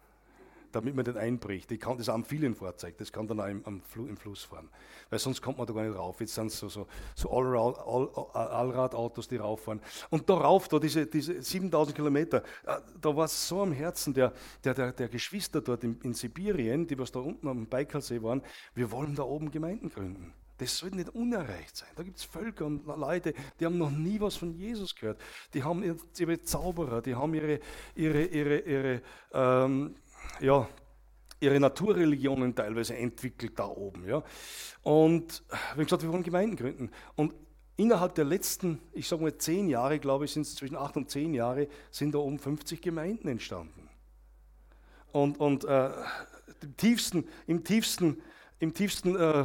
damit man den einbricht. Die kann, das ist ein Amphibienfahrzeug, das kann dann auch im, am Fl im Fluss fahren, weil sonst kommt man da gar nicht rauf. Jetzt sind es so, so, so Allrad-Autos, Allrad die rauffahren. Und darauf, da diese, diese siebentausend Kilometer, da war es so am Herzen der, der, der, der Geschwister dort in, in Sibirien, die was da unten am Baikalsee waren, wir wollen da oben Gemeinden gründen. Das sollte nicht unerreicht sein. Da gibt es Völker und Leute, die haben noch nie was von Jesus gehört. Die haben ihre Zauberer, die haben ihre, ihre, ihre, ihre ähm, ja, ihre Naturreligionen teilweise entwickelt da oben. Ja. Und wir haben gesagt, wir wollen Gemeinden gründen. Und innerhalb der letzten, ich sage mal zehn Jahre, glaube ich, sind es zwischen acht und zehn Jahre, sind da oben fünfzig Gemeinden entstanden. Und, und äh, im tiefsten, im tiefsten, im tiefsten, äh,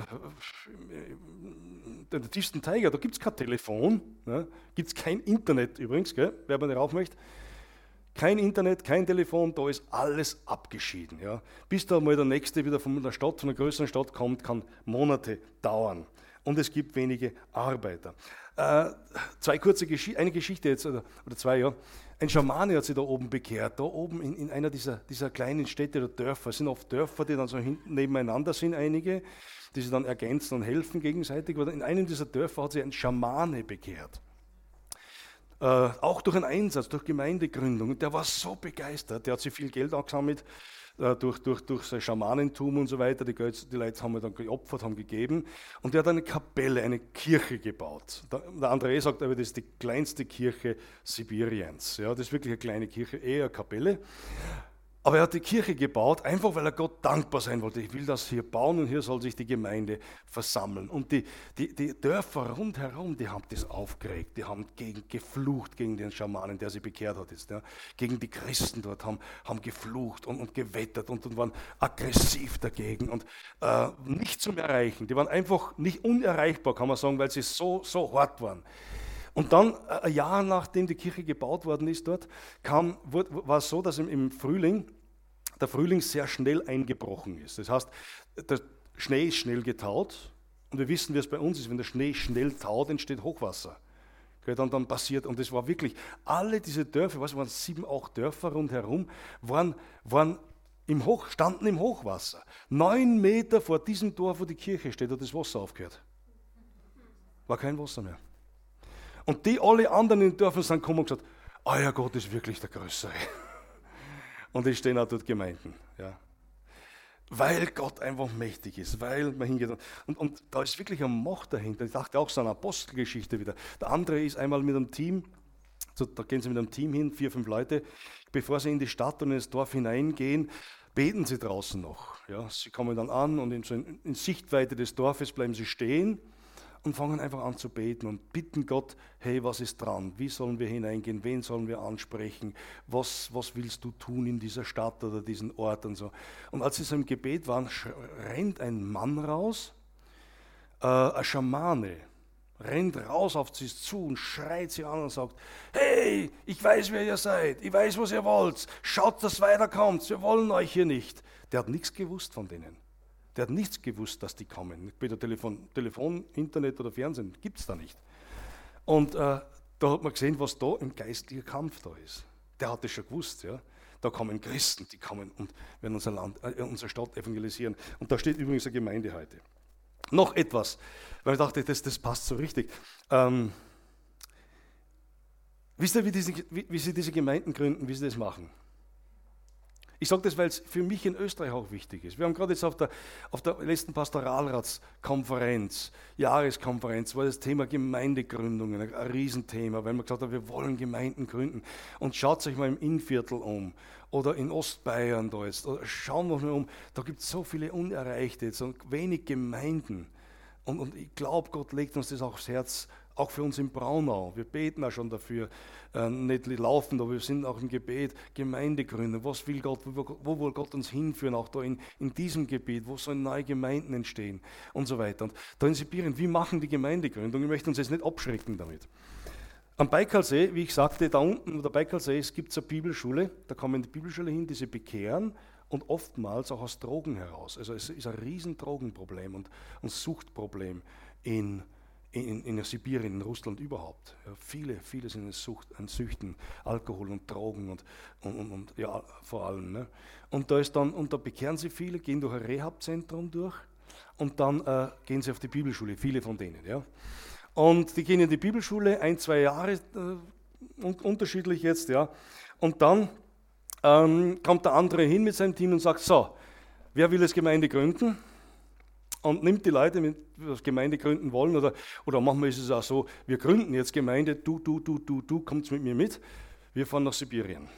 in der tiefsten Taiga, da gibt es kein Telefon, ne? Gibt es kein Internet übrigens, gell, wer man darauf möchte. Kein Internet, kein Telefon, da ist alles abgeschieden. Ja. Bis da mal der Nächste wieder von einer Stadt, von einer größeren Stadt kommt, kann Monate dauern. Und es gibt wenige Arbeiter. Äh, zwei kurze Geschichten, eine Geschichte jetzt, oder, oder zwei, ja. Ein Schamane hat sich da oben bekehrt, da oben in, in einer dieser, dieser kleinen Städte oder Dörfer. Es sind oft Dörfer, die dann so hinten nebeneinander sind, einige, die sich dann ergänzen und helfen gegenseitig. Aber in einem dieser Dörfer hat sich ein Schamane bekehrt. Äh, auch durch einen Einsatz, durch Gemeindegründung. Und der war so begeistert, der hat sich viel Geld angesammelt, äh, durch, durch, durch sein Schamanentum und so weiter. Die, Geld, die Leute haben wir dann geopfert, haben gegeben. Und der hat eine Kapelle, eine Kirche gebaut. Der, der André sagt aber, das ist die kleinste Kirche Sibiriens. Ja, das ist wirklich eine kleine Kirche, eher eine Kapelle. Aber er hat die Kirche gebaut, einfach weil er Gott dankbar sein wollte. Ich will das hier bauen und hier soll sich die Gemeinde versammeln. Und die, die, die Dörfer rundherum, die haben das aufgeregt. Die haben gegen, geflucht gegen den Schamanen, der sie bekehrt hat. Jetzt, ja. Gegen die Christen dort haben, haben geflucht und, und gewettert und, und waren aggressiv dagegen und äh, nicht zum Erreichen. Die waren einfach nicht unerreichbar, kann man sagen, weil sie so, so hart waren. Und dann, ein Jahr nachdem die Kirche gebaut worden ist dort, kam, war es so, dass im, im Frühling, der Frühling sehr schnell eingebrochen ist. Das heißt, der Schnee ist schnell getaut und wir wissen, wie es bei uns ist, wenn der Schnee schnell taut, entsteht Hochwasser. Okay, dann, dann passiert, und das war wirklich, alle diese Dörfer, was waren sieben, acht Dörfer rundherum, waren, waren im Hoch, standen im Hochwasser. Neun Meter vor diesem Dorf, wo die Kirche steht, hat das Wasser aufgehört. War kein Wasser mehr. Und die alle anderen in den Dörfern sind gekommen und gesagt, euer Gott ist wirklich der Größere. Und die stehen auch dort Gemeinden. Ja. Weil Gott einfach mächtig ist, weil man hingeht. Und, und da ist wirklich eine Macht dahinter. Ich dachte auch so eine Apostelgeschichte wieder. Der andere ist einmal mit einem Team, so, da gehen sie mit einem Team hin, vier, fünf Leute. Bevor sie in die Stadt und ins Dorf hineingehen, beten sie draußen noch. Ja. Sie kommen dann an und in, so in, in Sichtweite des Dorfes bleiben sie stehen und fangen einfach an zu beten und bitten Gott, hey, was ist dran? Wie sollen wir hineingehen? Wen sollen wir ansprechen? Was, was willst du tun in dieser Stadt oder diesen Ort und so? Und als sie so im Gebet waren, rennt ein Mann raus, äh, ein Schamane, rennt raus auf sie zu und schreit sie an und sagt, hey, ich weiß, wer ihr seid, ich weiß, was ihr wollt, schaut, dass weiterkommt, wir wollen euch hier nicht. Der hat nichts gewusst von denen. Der hat nichts gewusst, dass die kommen. Weder Telefon, Telefon, Internet oder Fernsehen gibt es da nicht. Und äh, da hat man gesehen, was da im geistlichen Kampf da ist. Der hat das schon gewusst. Ja? Da kommen Christen, die kommen und werden unser Land, äh, unsere Stadt evangelisieren. Und da steht übrigens eine Gemeinde heute. Noch etwas, weil ich dachte, das, das passt so richtig. Ähm, wisst ihr, wie, diese, wie, wie sie diese Gemeinden gründen, wie sie das machen? Ich sage das, weil es für mich in Österreich auch wichtig ist. Wir haben gerade jetzt auf der, auf der letzten Pastoralratskonferenz, Jahreskonferenz, war das Thema Gemeindegründungen ein, ein Riesenthema, weil man gesagt hat, wir wollen Gemeinden gründen. Und schaut euch mal im Innviertel um oder in Ostbayern da jetzt. Oder schauen wir mal um, da gibt es so viele Unerreichte jetzt und wenig Gemeinden. Und, und ich glaube, Gott legt uns das auch aufs Herz, auch für uns in Braunau. Wir beten auch schon dafür, äh, nicht laufend, aber wir sind auch im Gebet, Gemeindegründung. Was will Gott, wo, wo will Gott uns hinführen, auch da in, in diesem Gebiet, wo sollen neue Gemeinden entstehen und so weiter. Und da in Sibirien, wie machen die Gemeindegründung? Ich möchte uns jetzt nicht abschrecken damit. Am Baikalsee, wie ich sagte, da unten, wo der Baikalsee ist, gibt es eine Bibelschule, da kommen die Bibelschule hin, die sie bekehren und oftmals auch aus Drogen heraus. Also es ist ein riesen Drogenproblem und ein Suchtproblem in In, in Sibirien, in Russland überhaupt. Ja, viele, viele sind in Sucht, an Süchten, Alkohol und Drogen und, und, und, und ja, vor allem. Ne? Und da ist dann, und da bekehren sie viele, gehen durch ein Rehabzentrum durch und dann äh, gehen sie auf die Bibelschule, viele von denen. Ja? Und die gehen in die Bibelschule, ein, zwei Jahre, äh, un unterschiedlich jetzt, ja. Und dann ähm, kommt der andere hin mit seinem Team und sagt, so, wer will jetzt Gemeinde gründen? Und nimmt die Leute, die das Gemeinde gründen wollen, oder, oder manchmal ist es auch so, wir gründen jetzt Gemeinde, du, du, du, du, du, kommst mit mir mit, wir fahren nach Sibirien.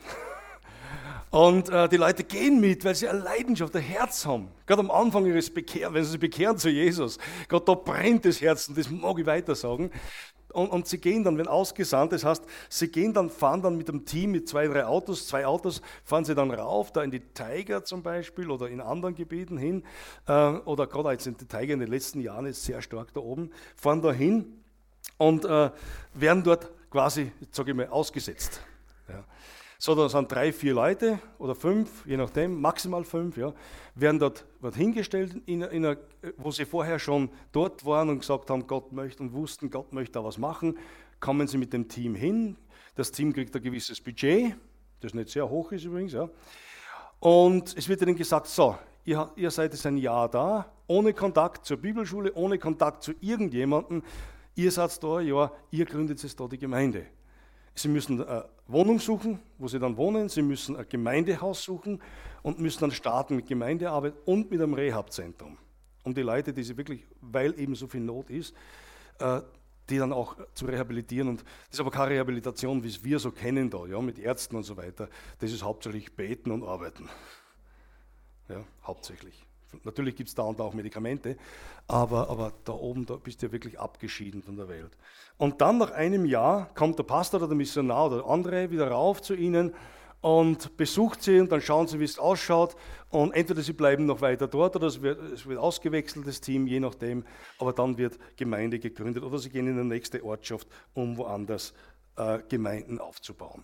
Und äh, die Leute gehen mit, weil sie eine Leidenschaft, ein Herz haben. Gerade am Anfang ihres Bekehren, wenn sie sich bekehren zu Jesus, Gott, da brennt das Herz, und das mag ich weiter sagen. Und, und sie gehen dann, wenn ausgesandt, das heißt, sie gehen dann, fahren dann mit dem Team, mit zwei, drei Autos, zwei Autos, fahren sie dann rauf, da in die Taiga zum Beispiel oder in anderen Gebieten hin, äh, oder gerade jetzt in die Taiga in den letzten Jahren ist sehr stark da oben, fahren da hin und äh, werden dort quasi, sage ich mal, ausgesetzt. Ja. So, da sind drei, vier Leute oder fünf, je nachdem, maximal fünf, ja, werden dort, dort hingestellt, in, in einer, wo sie vorher schon dort waren und gesagt haben, Gott möchte und wussten, Gott möchte da was machen, kommen sie mit dem Team hin. Das Team kriegt ein gewisses Budget, das nicht sehr hoch ist übrigens, ja. Und es wird ihnen gesagt, so, ihr, ihr seid jetzt ein Jahr da, ohne Kontakt zur Bibelschule, ohne Kontakt zu irgendjemandem, ihr seid da, ja, ihr gründet jetzt da die Gemeinde. Sie müssen eine Wohnung suchen, wo sie dann wohnen, sie müssen ein Gemeindehaus suchen und müssen dann starten mit Gemeindearbeit und mit einem Rehabzentrum. Um die Leute, die sie wirklich, weil eben so viel Not ist, die dann auch zu rehabilitieren. Und das ist aber keine Rehabilitation, wie es wir so kennen da, ja, mit Ärzten und so weiter. Das ist hauptsächlich Beten und Arbeiten. Ja, hauptsächlich. Natürlich gibt es da und da auch Medikamente, aber, aber da oben, da bist du ja wirklich abgeschieden von der Welt. Und dann nach einem Jahr kommt der Pastor oder der Missionar oder andere wieder rauf zu ihnen und besucht sie und dann schauen sie, wie es ausschaut. Und entweder sie bleiben noch weiter dort oder es wird, es wird ausgewechselt, das Team, je nachdem. Aber dann wird Gemeinde gegründet oder sie gehen in die nächste Ortschaft, um woanders äh, Gemeinden aufzubauen.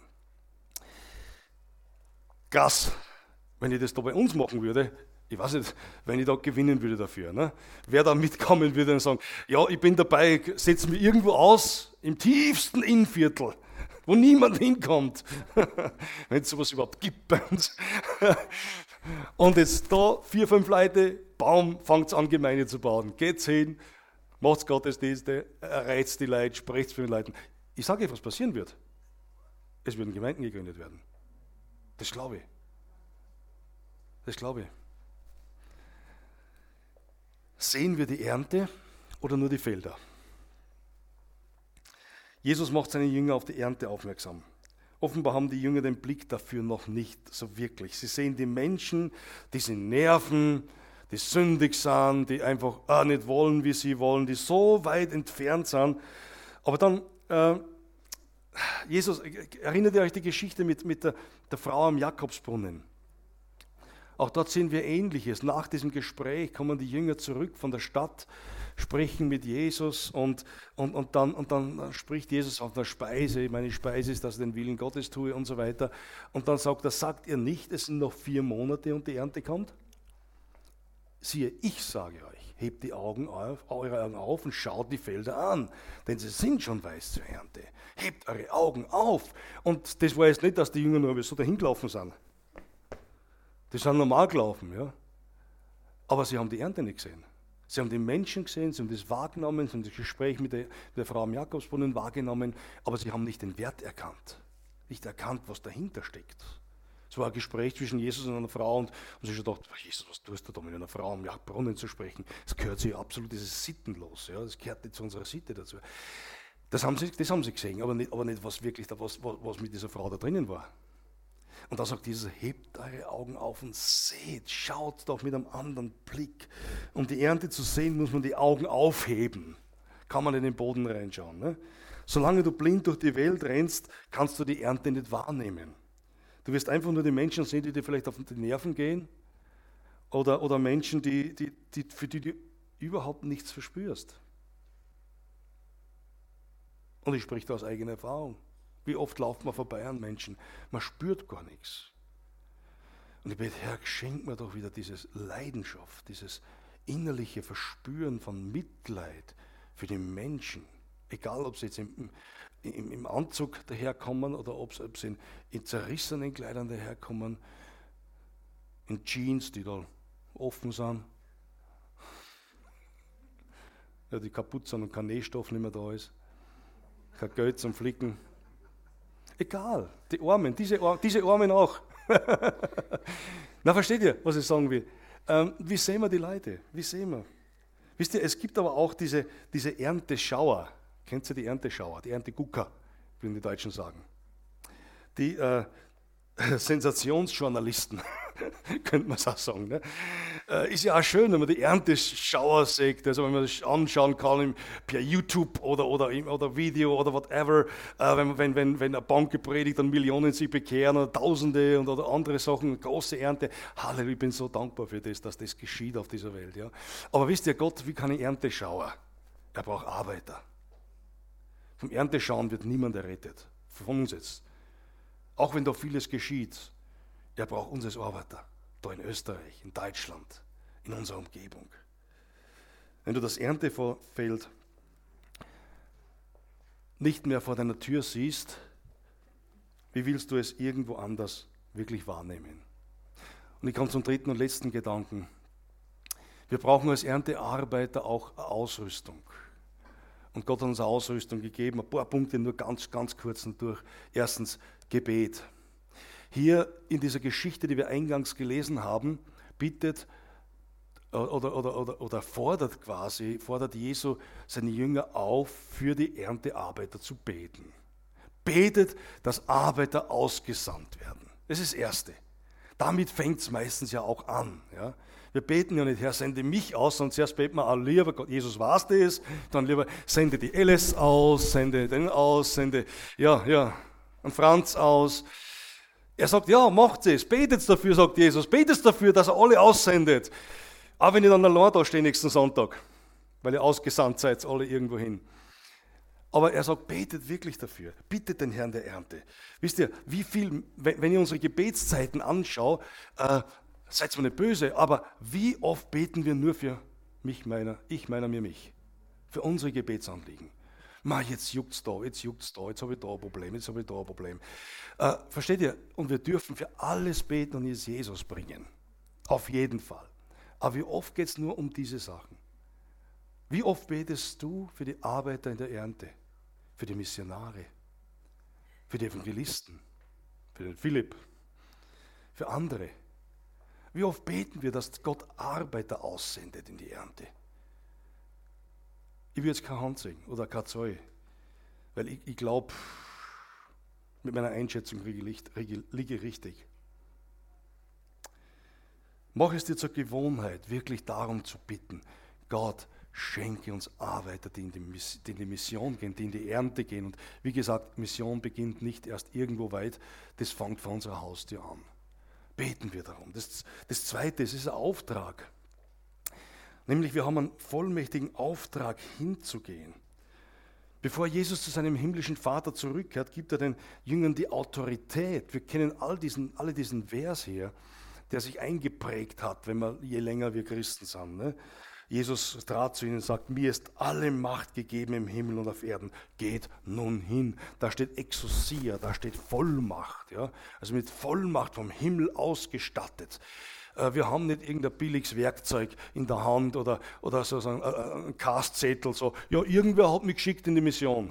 Krass, wenn ich das da bei uns machen würde. Ich weiß nicht, wenn ich da gewinnen würde dafür. Ne? Wer da mitkommen würde und sagen, ja, ich bin dabei, setze mich irgendwo aus, im tiefsten Innenviertel, wo niemand hinkommt. Wenn es sowas überhaupt gibt bei uns. Und jetzt da vier, fünf Leute, Baum, fangt an, Gemeinde zu bauen. Geht's hin, macht's Gottesdienste, reizt die Leute, sprecht mit den Leuten. Ich sage euch, was passieren wird. Es würden Gemeinden gegründet werden. Das glaube ich. Das glaube ich. Sehen wir die Ernte oder nur die Felder? Jesus macht seine Jünger auf die Ernte aufmerksam. Offenbar haben die Jünger den Blick dafür noch nicht so wirklich. Sie sehen die Menschen, die sie nerven, die sündig sind, die einfach auch nicht wollen, wie sie wollen, die so weit entfernt sind. Aber dann, äh, Jesus, erinnert ihr euch die Geschichte mit, mit der, der Frau am Jakobsbrunnen? Auch dort sehen wir Ähnliches. Nach diesem Gespräch kommen die Jünger zurück von der Stadt, sprechen mit Jesus und, und, und, dann, und dann spricht Jesus auf der Speise. Meine Speise ist, dass ich den Willen Gottes tue und so weiter. Und dann sagt er, sagt ihr nicht, es sind noch vier Monate und die Ernte kommt? Siehe, ich sage euch, hebt die Augen auf, eure Augen auf und schaut die Felder an, denn sie sind schon weiß zur Ernte. Hebt eure Augen auf. Und das war jetzt nicht, dass die Jünger nur so dahin gelaufen sind. Die sind normal gelaufen, ja. Aber sie haben die Ernte nicht gesehen. Sie haben die Menschen gesehen, sie haben das wahrgenommen, sie haben das Gespräch mit der, mit der Frau am Jakobsbrunnen wahrgenommen, aber sie haben nicht den Wert erkannt. Nicht erkannt, was dahinter steckt. Es war ein Gespräch zwischen Jesus und einer Frau und, und sie schon gedacht, Jesus, was tust du da mit einer Frau am Brunnen zu sprechen? Das gehört sich absolut, das ist sittenlos, ja. Das gehört nicht zu unserer Sitte dazu. Das haben sie, das haben sie gesehen, aber nicht, aber nicht was wirklich, da, was, was mit dieser Frau da drinnen war. Und da sagt Jesus, hebt eure Augen auf und seht, schaut doch mit einem anderen Blick. Um die Ernte zu sehen, muss man die Augen aufheben. Kann man in den Boden reinschauen. Ne? Solange du blind durch die Welt rennst, kannst du die Ernte nicht wahrnehmen. Du wirst einfach nur die Menschen sehen, die dir vielleicht auf die Nerven gehen oder, oder Menschen, die, die, die, für die du überhaupt nichts verspürst. Und ich spreche da aus eigener Erfahrung. Wie oft lauft man vorbei an Menschen, man spürt gar nichts. Und ich bete, Herr, schenk mir doch wieder diese Leidenschaft, dieses innerliche Verspüren von Mitleid für die Menschen. Egal, ob sie jetzt im, im, im Anzug daherkommen oder ob sie, ob sie in, in zerrissenen Kleidern daherkommen, in Jeans, die da offen sind, ja, die kaputt sind und kein Nähstoff nicht mehr da ist, kein Geld zum Flicken. Egal, die Armen, diese, Ar- diese Armen auch. Na, versteht ihr, was ich sagen will? Ähm, wie sehen wir die Leute? Wie sehen wir? Wisst ihr, es gibt aber auch diese, diese Ernteschauer. Kennt ihr die Ernteschauer? Die Erntegucker, würden die Deutschen sagen. Die äh, Sensationsjournalisten, könnte man es auch sagen. Ne? Äh, ist ja auch schön, wenn man die Ernteschauer sieht, also wenn man das anschauen kann im, per YouTube oder, oder, oder Video oder whatever, äh, wenn, wenn, wenn, wenn eine Bank gepredigt und Millionen sich bekehren oder Tausende und, oder andere Sachen, große Ernte. Halleluja, ich bin so dankbar für das, dass das geschieht auf dieser Welt. Ja? Aber wisst ihr, Gott wie keine Ernteschauer. Er braucht Arbeiter. Vom Ernteschauen wird niemand errettet. Von uns jetzt. Auch wenn da vieles geschieht, er braucht uns als Arbeiter, da in Österreich, in Deutschland, in unserer Umgebung. Wenn du das Erntefeld nicht mehr vor deiner Tür siehst, wie willst du es irgendwo anders wirklich wahrnehmen? Und ich komme zum dritten und letzten Gedanken. Wir brauchen als Erntearbeiter auch Ausrüstung. Und Gott hat uns eine Ausrüstung gegeben, ein paar Punkte nur ganz, ganz kurz durch. Erstens, Gebet. Hier in dieser Geschichte, die wir eingangs gelesen haben, bittet oder, oder, oder, oder fordert quasi, fordert Jesu seine Jünger auf, für die Erntearbeiter zu beten. Betet, dass Arbeiter ausgesandt werden. Das ist das Erste. Damit fängt es meistens ja auch an. Ja? Wir beten ja nicht, Herr, sende mich aus, sondern zuerst beten wir, ah, lieber Gott, Jesus weiß das, dann lieber sende die Alice aus, sende den aus, sende, ja, ja, einen Franz aus. Er sagt, ja, macht es, betet dafür, sagt Jesus, betet dafür, dass er alle aussendet. Auch wenn ich dann allein da stehe nächsten Sonntag, weil ihr ausgesandt seid, alle irgendwo hin. Aber er sagt, betet wirklich dafür, bittet den Herrn der Ernte. Wisst ihr, wie viel, wenn ich unsere Gebetszeiten anschaue, äh, seid zwar nicht böse, aber wie oft beten wir nur für mich, meiner, ich, meiner, mir, mich. Für unsere Gebetsanliegen. Ma, jetzt juckt's da, jetzt juckt's da, jetzt habe ich da ein Problem, jetzt habe ich da ein Problem. Äh, versteht ihr? Und wir dürfen für alles beten und es Jesus bringen. Auf jeden Fall. Aber wie oft geht es nur um diese Sachen? Wie oft betest du für die Arbeiter in der Ernte? Für die Missionare? Für die Evangelisten? Für den Philipp? Für andere? Wie oft beten wir, dass Gott Arbeiter aussendet in die Ernte? Ich will jetzt keine Hand sehen oder keine Zeug, weil ich, ich glaube, mit meiner Einschätzung liege ich richtig. Mach es dir zur Gewohnheit, wirklich darum zu bitten, Gott, schenke uns Arbeiter, die in die, Miss, die in die Mission gehen, die in die Ernte gehen. Und wie gesagt, Mission beginnt nicht erst irgendwo weit, das fängt vor unserer Haustür an. Beten wir darum. Das, das Zweite, es ist ein Auftrag. Nämlich wir haben einen vollmächtigen Auftrag hinzugehen. Bevor Jesus zu seinem himmlischen Vater zurückkehrt, gibt er den Jüngern die Autorität. Wir kennen all diesen, alle diesen Vers hier, der sich eingeprägt hat, wenn wir, je länger wir Christen sind. Ne? Jesus trat zu ihnen und sagt, mir ist alle Macht gegeben im Himmel und auf Erden. Geht nun hin. Da steht Exousia, da steht Vollmacht. Ja? Also mit Vollmacht vom Himmel ausgestattet. Wir haben nicht irgendein billiges Werkzeug in der Hand oder, oder so ein Castzettel. So. Ja, irgendwer hat mich geschickt in die Mission.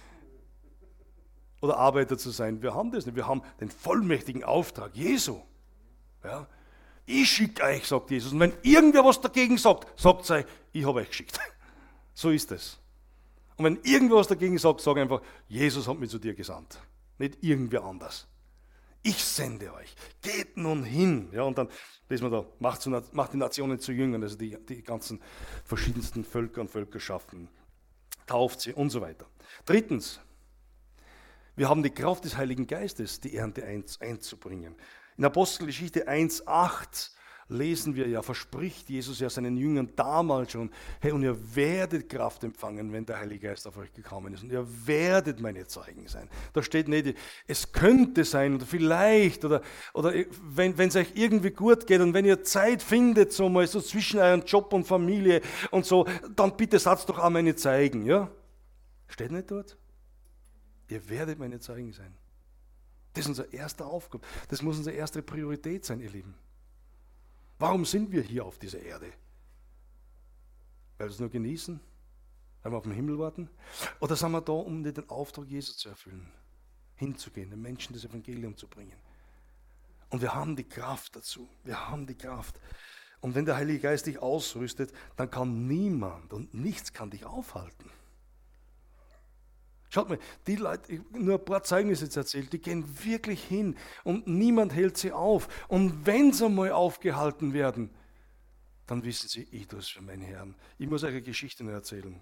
Oder Arbeiter zu sein. Wir haben das nicht. Wir haben den vollmächtigen Auftrag Jesu. Ja? Ich schicke euch, sagt Jesus. Und wenn irgendwer was dagegen sagt, sagt sei, ich habe euch geschickt. So ist es. Und wenn irgendwer was dagegen sagt, sag einfach, Jesus hat mich zu dir gesandt. Nicht irgendwer anders. Ich sende euch. Geht nun hin. Ja, und dann lesen wir da, macht, zu, macht die Nationen zu Jüngern, also die, die ganzen verschiedensten Völker und Völkerschaften. Tauft sie und so weiter. Drittens, wir haben die Kraft des Heiligen Geistes, die Ernte einzubringen. In Apostelgeschichte eins acht lesen wir ja, verspricht Jesus ja seinen Jüngern damals schon, hey, und ihr werdet Kraft empfangen, wenn der Heilige Geist auf euch gekommen ist. Und ihr werdet meine Zeugen sein. Da steht nicht, es könnte sein oder vielleicht oder, oder wenn es euch irgendwie gut geht und wenn ihr Zeit findet, so mal so zwischen euren Job und Familie und so, dann bitte sagt doch auch meine Zeugen. Ja? Steht nicht dort? Ihr werdet meine Zeugen sein. Das ist unser erster Aufgabe. Das muss unsere erste Priorität sein, ihr Lieben. Warum sind wir hier auf dieser Erde? Weil wir es nur genießen? Weil wir auf den Himmel warten? Oder sind wir da, um den Auftrag Jesu zu erfüllen? Hinzugehen, den Menschen das Evangelium zu bringen. Und wir haben die Kraft dazu. Wir haben die Kraft. Und wenn der Heilige Geist dich ausrüstet, dann kann niemand und nichts kann dich aufhalten. Schaut mal, die Leute, nur ein paar Zeugnisse jetzt erzählt, die gehen wirklich hin und niemand hält sie auf. Und wenn sie mal aufgehalten werden, dann wissen sie, ich tue es für meinen Herrn. Ich muss euch eine Geschichte noch erzählen,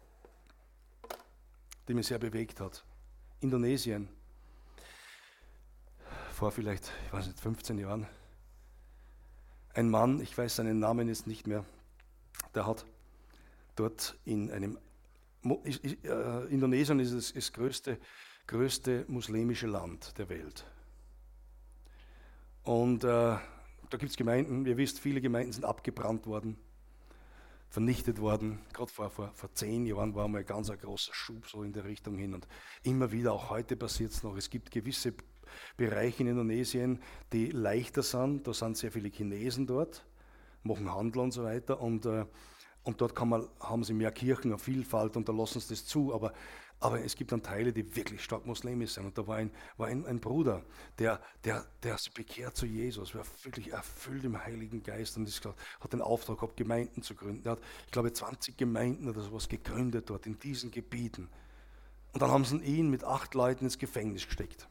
die mich sehr bewegt hat. Indonesien, vor vielleicht, ich weiß nicht, fünfzehn Jahren. Ein Mann, ich weiß seinen Namen jetzt nicht mehr, der hat dort in einem Indonesien ist das, das größte, größte muslimische Land der Welt. Und äh, da gibt es Gemeinden, ihr wisst, viele Gemeinden sind abgebrannt worden, vernichtet worden. Gerade vor, vor, vor zehn Jahren war mal ein ganz ein großer Schub so in der Richtung hin. Und immer wieder, auch heute passiert es noch. Es gibt gewisse Bereiche in Indonesien, die leichter sind. Da sind sehr viele Chinesen dort, machen Handel und so weiter. Und, äh, und dort kann man, haben sie mehr Kirchen, eine Vielfalt und da lassen sie das zu. Aber, aber es gibt dann Teile, die wirklich stark muslimisch sind. Und da war ein, war ein, ein Bruder, der, der, der sich bekehrt zu Jesus, war wirklich erfüllt im Heiligen Geist und ist, hat den Auftrag gehabt, Gemeinden zu gründen. Er hat, ich glaube, zwanzig Gemeinden oder sowas gegründet dort in diesen Gebieten. Und dann haben sie ihn mit acht Leuten ins Gefängnis gesteckt.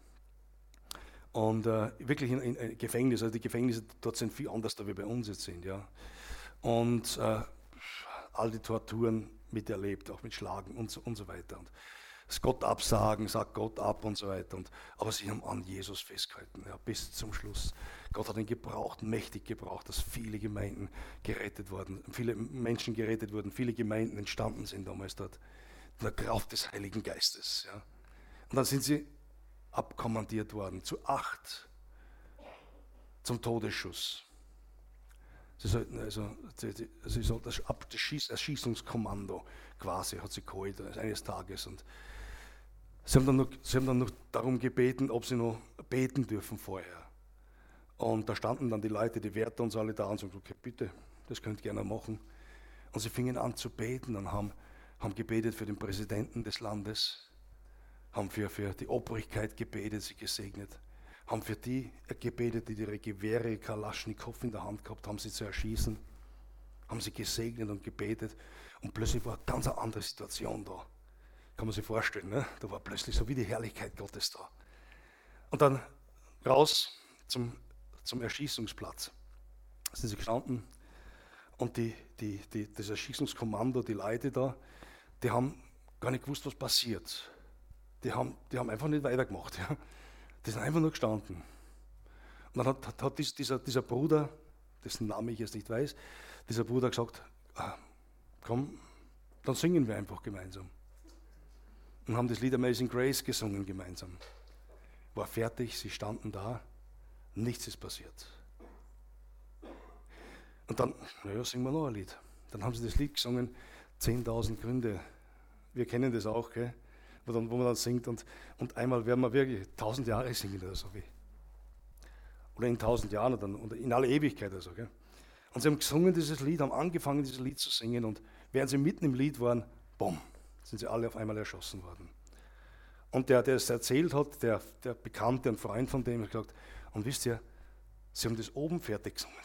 Und äh, wirklich in, in, in Gefängnis, also die Gefängnisse dort sind viel anders, da wie bei uns jetzt sind. Ja. Und äh, all die Torturen miterlebt, auch mit Schlagen und so, und so weiter. Und das Gott absagen, sagt Gott ab und so weiter. Und, aber sie haben an Jesus festgehalten, ja, bis zum Schluss. Gott hat ihn gebraucht, mächtig gebraucht, dass viele Gemeinden gerettet wurden, viele Menschen gerettet wurden, viele Gemeinden entstanden sind damals dort. In der Kraft des Heiligen Geistes. Ja. Und dann sind sie abkommandiert worden, zu acht zum Todesschuss. Sie sollten also, sie sollten das, das Schieß, Erschießungskommando quasi hat sie geholt eines Tages und sie haben, dann noch, sie haben dann noch darum gebeten, ob sie noch beten dürfen vorher. Und da standen dann die Leute, die Wärter und so alle da und sagten, okay, bitte, das könnt ihr gerne machen. Und sie fingen an zu beten und haben, haben gebetet für den Präsidenten des Landes, haben für, für die Obrigkeit gebetet, sie gesegnet, haben für die gebetet, die ihre Gewehre Kalaschnikow in der Hand gehabt haben, sie zu erschießen, haben sie gesegnet und gebetet und plötzlich war eine ganz andere Situation da. Kann man sich vorstellen, ne? Da war plötzlich so wie die Herrlichkeit Gottes da. Und dann raus zum, zum Erschießungsplatz. Da sind sie gestanden und die, die, die, das Erschießungskommando, die Leute da, die haben gar nicht gewusst, was passiert. Die haben, die haben einfach nicht weitergemacht. Ja. Die sind einfach nur gestanden. Und dann hat, hat, hat dieser, dieser Bruder, dessen Name ich jetzt nicht weiß, dieser Bruder gesagt, ah, komm, dann singen wir einfach gemeinsam. Und haben das Lied Amazing Grace gesungen gemeinsam. War fertig, sie standen da, nichts ist passiert. Und dann, naja, singen wir noch ein Lied. Dann haben sie das Lied gesungen, zehntausend Gründe. Wir kennen das auch, gell? Wo, dann, wo man dann singt und, und einmal werden wir wirklich tausend Jahre singen oder so wie. Oder in tausend Jahren oder, oder in aller Ewigkeit oder so. Gell? Und sie haben gesungen dieses Lied, haben angefangen dieses Lied zu singen und während sie mitten im Lied waren, bumm, sind sie alle auf einmal erschossen worden. Und der, der es erzählt hat, der, der Bekannte, ein Freund von dem, hat gesagt, und wisst ihr, sie haben das oben fertig gesungen.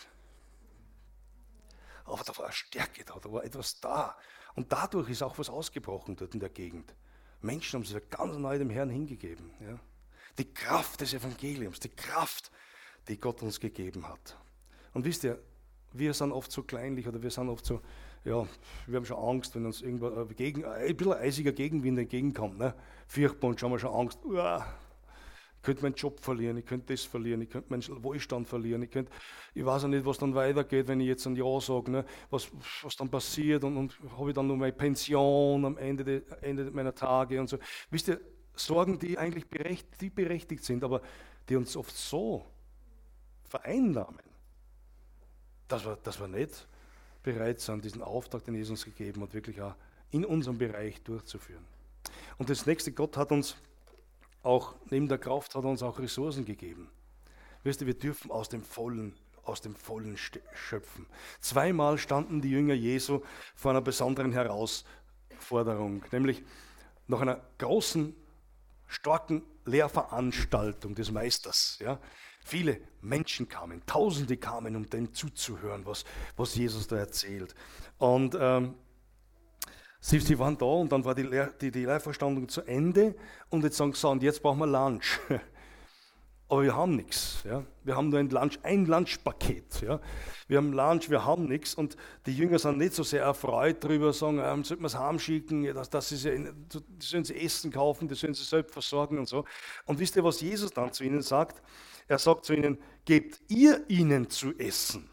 Aber da war eine Stärke da, da war etwas da. Und dadurch ist auch was ausgebrochen dort in der Gegend. Menschen haben sich ganz neu dem Herrn hingegeben. Ja. Die Kraft des Evangeliums, die Kraft, die Gott uns gegeben hat. Und wisst ihr, wir sind oft so kleinlich oder wir sind oft so, ja, wir haben schon Angst, wenn uns irgendwo gegen, ein bisschen eisiger Gegenwind entgegenkommt. Ne? Furchtbar und schon haben wir schon Angst, uah, ich könnte meinen Job verlieren, ich könnte das verlieren, ich könnte meinen Wohlstand verlieren, ich, könnte, ich weiß auch nicht, was dann weitergeht, wenn ich jetzt ein Ja sage, ne? was, was dann passiert und, und habe ich dann nur meine Pension am Ende, de, Ende meiner Tage und so. Wisst ihr, Sorgen, die eigentlich berechtigt, die berechtigt sind, aber die uns oft so vereinnahmen, dass wir, dass wir nicht bereit sind, diesen Auftrag, den Jesus uns gegeben hat, wirklich auch in unserem Bereich durchzuführen. Und das nächste, Gott hat uns auch neben der Kraft hat er uns auch Ressourcen gegeben. Wisst ihr, wir dürfen aus dem Vollen, aus dem Vollen schöpfen. Zweimal standen die Jünger Jesu vor einer besonderen Herausforderung, nämlich nach einer großen, starken Lehrveranstaltung des Meisters. Ja, viele Menschen kamen, Tausende kamen, um dem zuzuhören, was, was Jesus da erzählt. Und ähm, Sie, sie waren da und dann war die, Lehr, die, die Lehrveranstaltung zu Ende und jetzt sagen sie, so, und jetzt brauchen wir Lunch. Aber wir haben nichts. Ja? Wir haben nur ein Lunch, ein Lunchpaket. Ja? Wir haben Lunch, wir haben nichts und die Jünger sind nicht so sehr erfreut darüber, sagen, ähm, sollten wir es heimschicken, das, das ist ja, die sollen sie Essen kaufen, die sollen sie selbst versorgen und so. Und wisst ihr, was Jesus dann zu ihnen sagt? Er sagt zu ihnen, gebt ihr ihnen zu essen.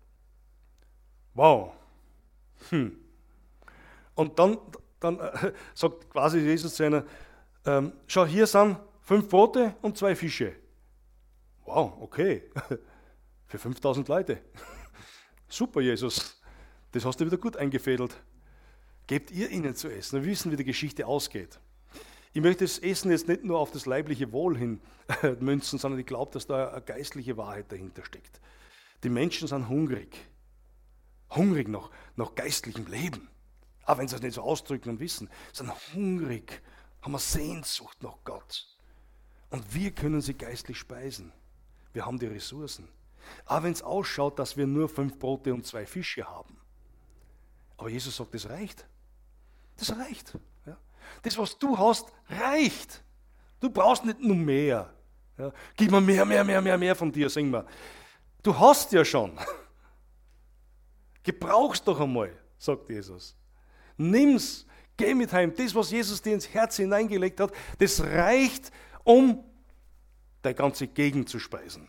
Wow. Hm. Und dann, dann äh, sagt quasi Jesus zu einer, ähm, schau, hier sind fünf Brote und zwei Fische. Wow, okay. Für fünftausend Leute. Super, Jesus. Das hast du wieder gut eingefädelt. Gebt ihr ihnen zu essen. Wir wissen, wie die Geschichte ausgeht. Ich möchte das Essen jetzt nicht nur auf das leibliche Wohl hin münzen, sondern ich glaube, dass da eine geistliche Wahrheit dahinter steckt. Die Menschen sind hungrig. Hungrig nach, nach geistlichem Leben. Auch wenn sie es nicht so ausdrücken und wissen. Sie sind hungrig, haben eine Sehnsucht nach Gott. Und wir können sie geistlich speisen. Wir haben die Ressourcen. Auch wenn es ausschaut, dass wir nur fünf Brote und zwei Fische haben. Aber Jesus sagt, das reicht. Das reicht. Ja. Das, was du hast, reicht. Du brauchst nicht nur mehr. Ja. Gib mir mehr, mehr, mehr, mehr, mehr von dir, sing mal. Du hast ja schon. Gebrauch's doch einmal, sagt Jesus. Nimm's, geh mit heim. Das, was Jesus dir ins Herz hineingelegt hat, das reicht, um deine ganze Gegend zu speisen.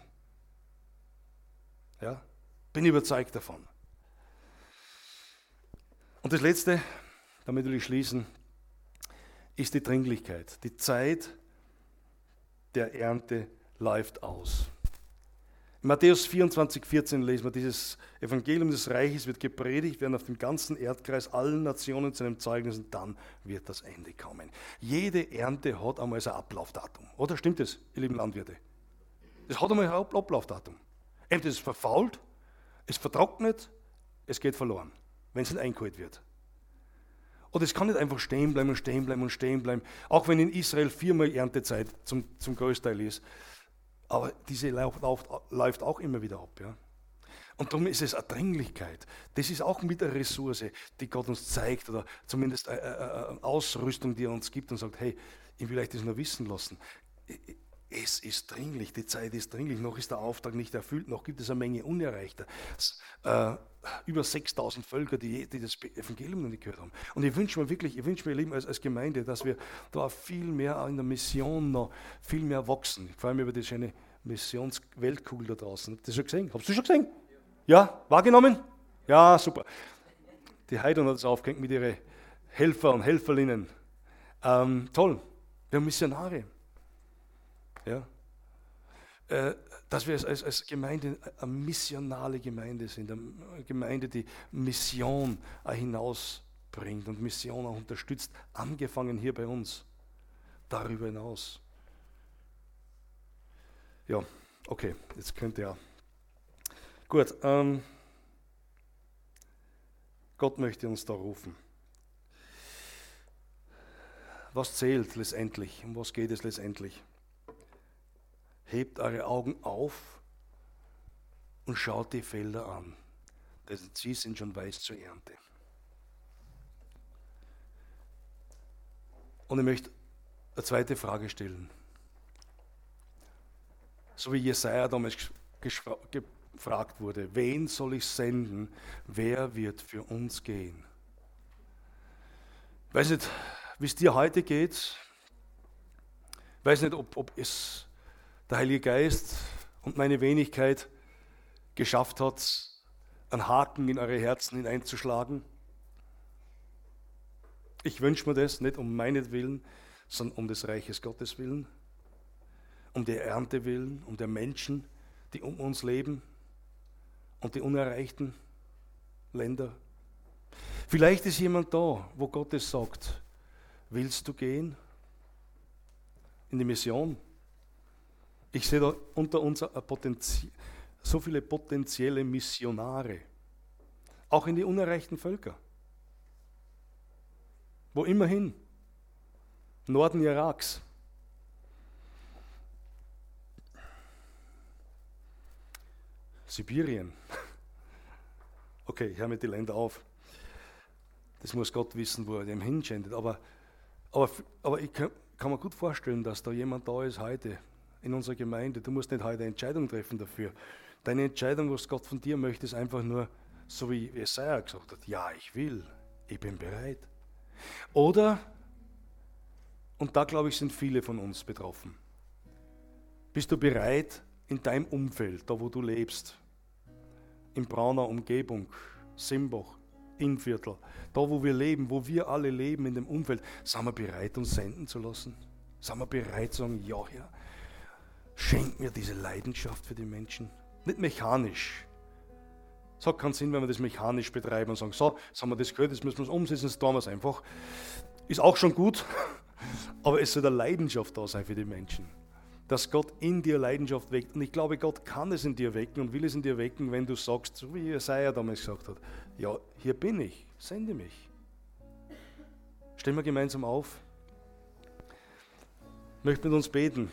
Ja, bin überzeugt davon. Und das Letzte, damit will ich schließen, ist die Dringlichkeit. Die Zeit der Ernte läuft aus. In Matthäus vierundzwanzig, vierzehn lesen wir, dieses Evangelium des Reiches wird gepredigt werden auf dem ganzen Erdkreis, allen Nationen zu einem Zeugnis und dann wird das Ende kommen. Jede Ernte hat einmal sein Ablaufdatum. Oder stimmt das, ihr lieben Landwirte? Das hat einmal ein Ablaufdatum. Entweder es verfault, es vertrocknet, es geht verloren, wenn es nicht eingeholt wird. Und es kann nicht einfach stehen bleiben und stehen bleiben und stehen bleiben, auch wenn in Israel viermal Erntezeit zum, zum Großteil ist. Aber diese läuft, läuft auch immer wieder ab. Ja? Und darum ist es eine Dringlichkeit. Das ist auch mit einer Ressource, die Gott uns zeigt, oder zumindest eine, eine Ausrüstung, die er uns gibt und sagt, hey, ich will euch das nur wissen lassen. Es ist dringlich, die Zeit ist dringlich, noch ist der Auftrag nicht erfüllt, noch gibt es eine Menge Unerreichter. Äh, über sechstausend Völker, die, die das Evangelium noch nicht gehört haben. Und ich wünsche mir wirklich, ich wünsche mir, ihr Lieben, als, als Gemeinde, dass wir da viel mehr in der Mission noch viel mehr wachsen. Ich freue mich über die schöne Missionsweltkugel da draußen. Habt ihr das schon gesehen? Habt ihr das schon gesehen? Ja? Wahrgenommen? Ja, super. Die Heidon hat es aufgehängt mit ihren Helfer und Helferinnen. Ähm, toll. Wir haben Missionare. Ja, äh, dass wir als, als Gemeinde eine missionale Gemeinde sind, eine Gemeinde, die Mission hinausbringt und Mission auch unterstützt, angefangen hier bei uns, darüber hinaus. Ja, okay, jetzt könnt ihr. Gut, ähm, Gott möchte uns da rufen. Was zählt letztendlich? Um was geht es letztendlich? Hebt eure Augen auf und schaut die Felder an, denn sie sind schon weiß zur Ernte. Und ich möchte eine zweite Frage stellen. So wie Jesaja damals gefragt wurde, wen soll ich senden, wer wird für uns gehen? Ich weiß nicht, wie es dir heute geht. Ich weiß nicht, ob, ob es der Heilige Geist und meine Wenigkeit geschafft hat, einen Haken in eure Herzen hineinzuschlagen. Ich wünsche mir das nicht um meinetwillen, sondern um des Reiches Gottes willen, um der Ernte willen, um der Menschen, die um uns leben und die unerreichten Länder. Vielleicht ist jemand da, wo Gott es sagt, willst du gehen in die Mission? Ich sehe da unter uns so viele potenzielle Missionare, auch in die unerreichten Völker. Wo immerhin, Norden Iraks. Sibirien. Okay, ich höre mit die Länder auf. Das muss Gott wissen, wo er dem hinschendet. Aber, aber, aber ich kann, kann mir gut vorstellen, dass da jemand da ist heute, in unserer Gemeinde. Du musst nicht heute eine Entscheidung treffen dafür. Deine Entscheidung, was Gott von dir möchte, ist einfach nur, so wie Jesaja gesagt hat, ja, ich will, ich bin bereit. Oder, und da glaube ich, sind viele von uns betroffen, bist du bereit, in deinem Umfeld, da wo du lebst, in Braunauer Umgebung, Simbach, Innviertel, da wo wir leben, wo wir alle leben in dem Umfeld, sind wir bereit, uns senden zu lassen? Sind wir bereit zu sagen, ja, ja, Schenk mir diese Leidenschaft für die Menschen. Nicht mechanisch. Es hat keinen Sinn, wenn wir das mechanisch betreiben und sagen, so, jetzt haben wir das gehört, jetzt müssen wir es umsetzen, jetzt tun wir es einfach. Ist auch schon gut, aber es soll eine Leidenschaft da sein für die Menschen. Dass Gott in dir Leidenschaft weckt. Und ich glaube, Gott kann es in dir wecken und will es in dir wecken, wenn du sagst, so wie Jesaja damals gesagt hat, ja, hier bin ich, sende mich. Stellen wir gemeinsam auf. Ich möchte mit uns beten.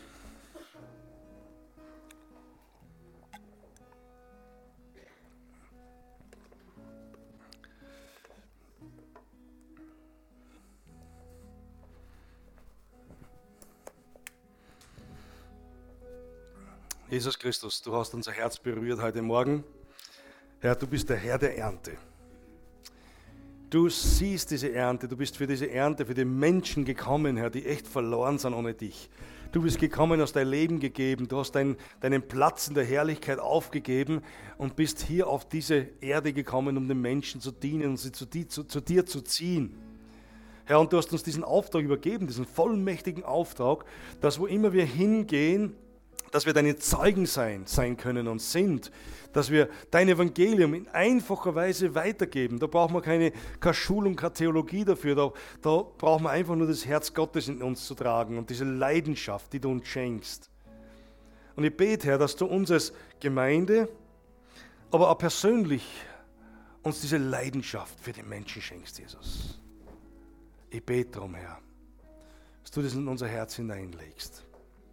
Jesus Christus, du hast unser Herz berührt heute Morgen. Herr, du bist der Herr der Ernte. Du siehst diese Ernte, du bist für diese Ernte, für die Menschen gekommen, Herr, die echt verloren sind ohne dich. Du bist gekommen, hast dein Leben gegeben, du hast dein, deinen Platz in der Herrlichkeit aufgegeben und bist hier auf diese Erde gekommen, um den Menschen zu dienen und sie zu, zu, zu dir zu ziehen. Herr, und du hast uns diesen Auftrag übergeben, diesen vollmächtigen Auftrag, dass wo immer wir hingehen, dass wir deine Zeugen sein, sein können und sind, dass wir dein Evangelium in einfacher Weise weitergeben. Da brauchen wir keine, keine Schulung, keine Theologie dafür, da, da brauchen wir einfach nur das Herz Gottes in uns zu tragen und diese Leidenschaft, die du uns schenkst. Und ich bete, Herr, dass du uns als Gemeinde, aber auch persönlich uns diese Leidenschaft für die Menschen schenkst, Jesus. Ich bete darum, Herr, dass du das in unser Herz hineinlegst.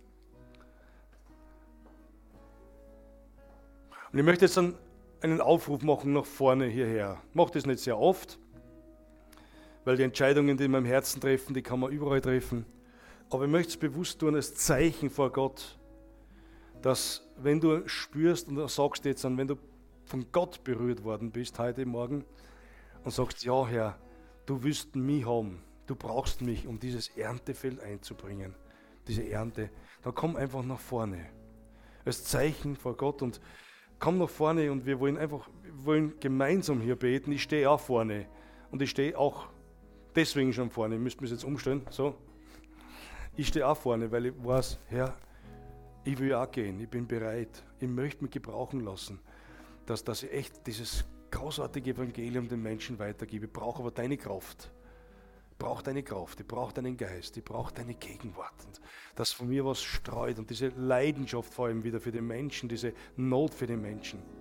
Und ich möchte jetzt dann einen Aufruf machen nach vorne hierher. Ich mache das nicht sehr oft, weil die Entscheidungen, die in meinem Herzen treffen, die kann man überall treffen. Aber ich möchte es bewusst tun als Zeichen vor Gott, dass wenn du spürst und sagst jetzt an, wenn du von Gott berührt worden bist heute Morgen und sagst, ja Herr, du willst mich haben, du brauchst mich, um dieses Erntefeld einzubringen, diese Ernte, dann komm einfach nach vorne. Als Zeichen vor Gott und komm nach vorne und wir wollen einfach, wir wollen gemeinsam hier beten. Ich stehe auch vorne und ich stehe auch deswegen schon vorne. Ich müsste mich jetzt umstellen. So. Ich stehe auch vorne, weil ich weiß, Herr, ich will auch gehen, ich bin bereit. Ich möchte mich gebrauchen lassen, dass, dass ich echt dieses großartige Evangelium den Menschen weitergebe. Ich brauche aber deine Kraft. Ich brauche deine Kraft, ich brauche deinen Geist, ich brauche deine Gegenwart. Und dass von mir was streut und diese Leidenschaft vor allem wieder für die Menschen, diese Not für die Menschen.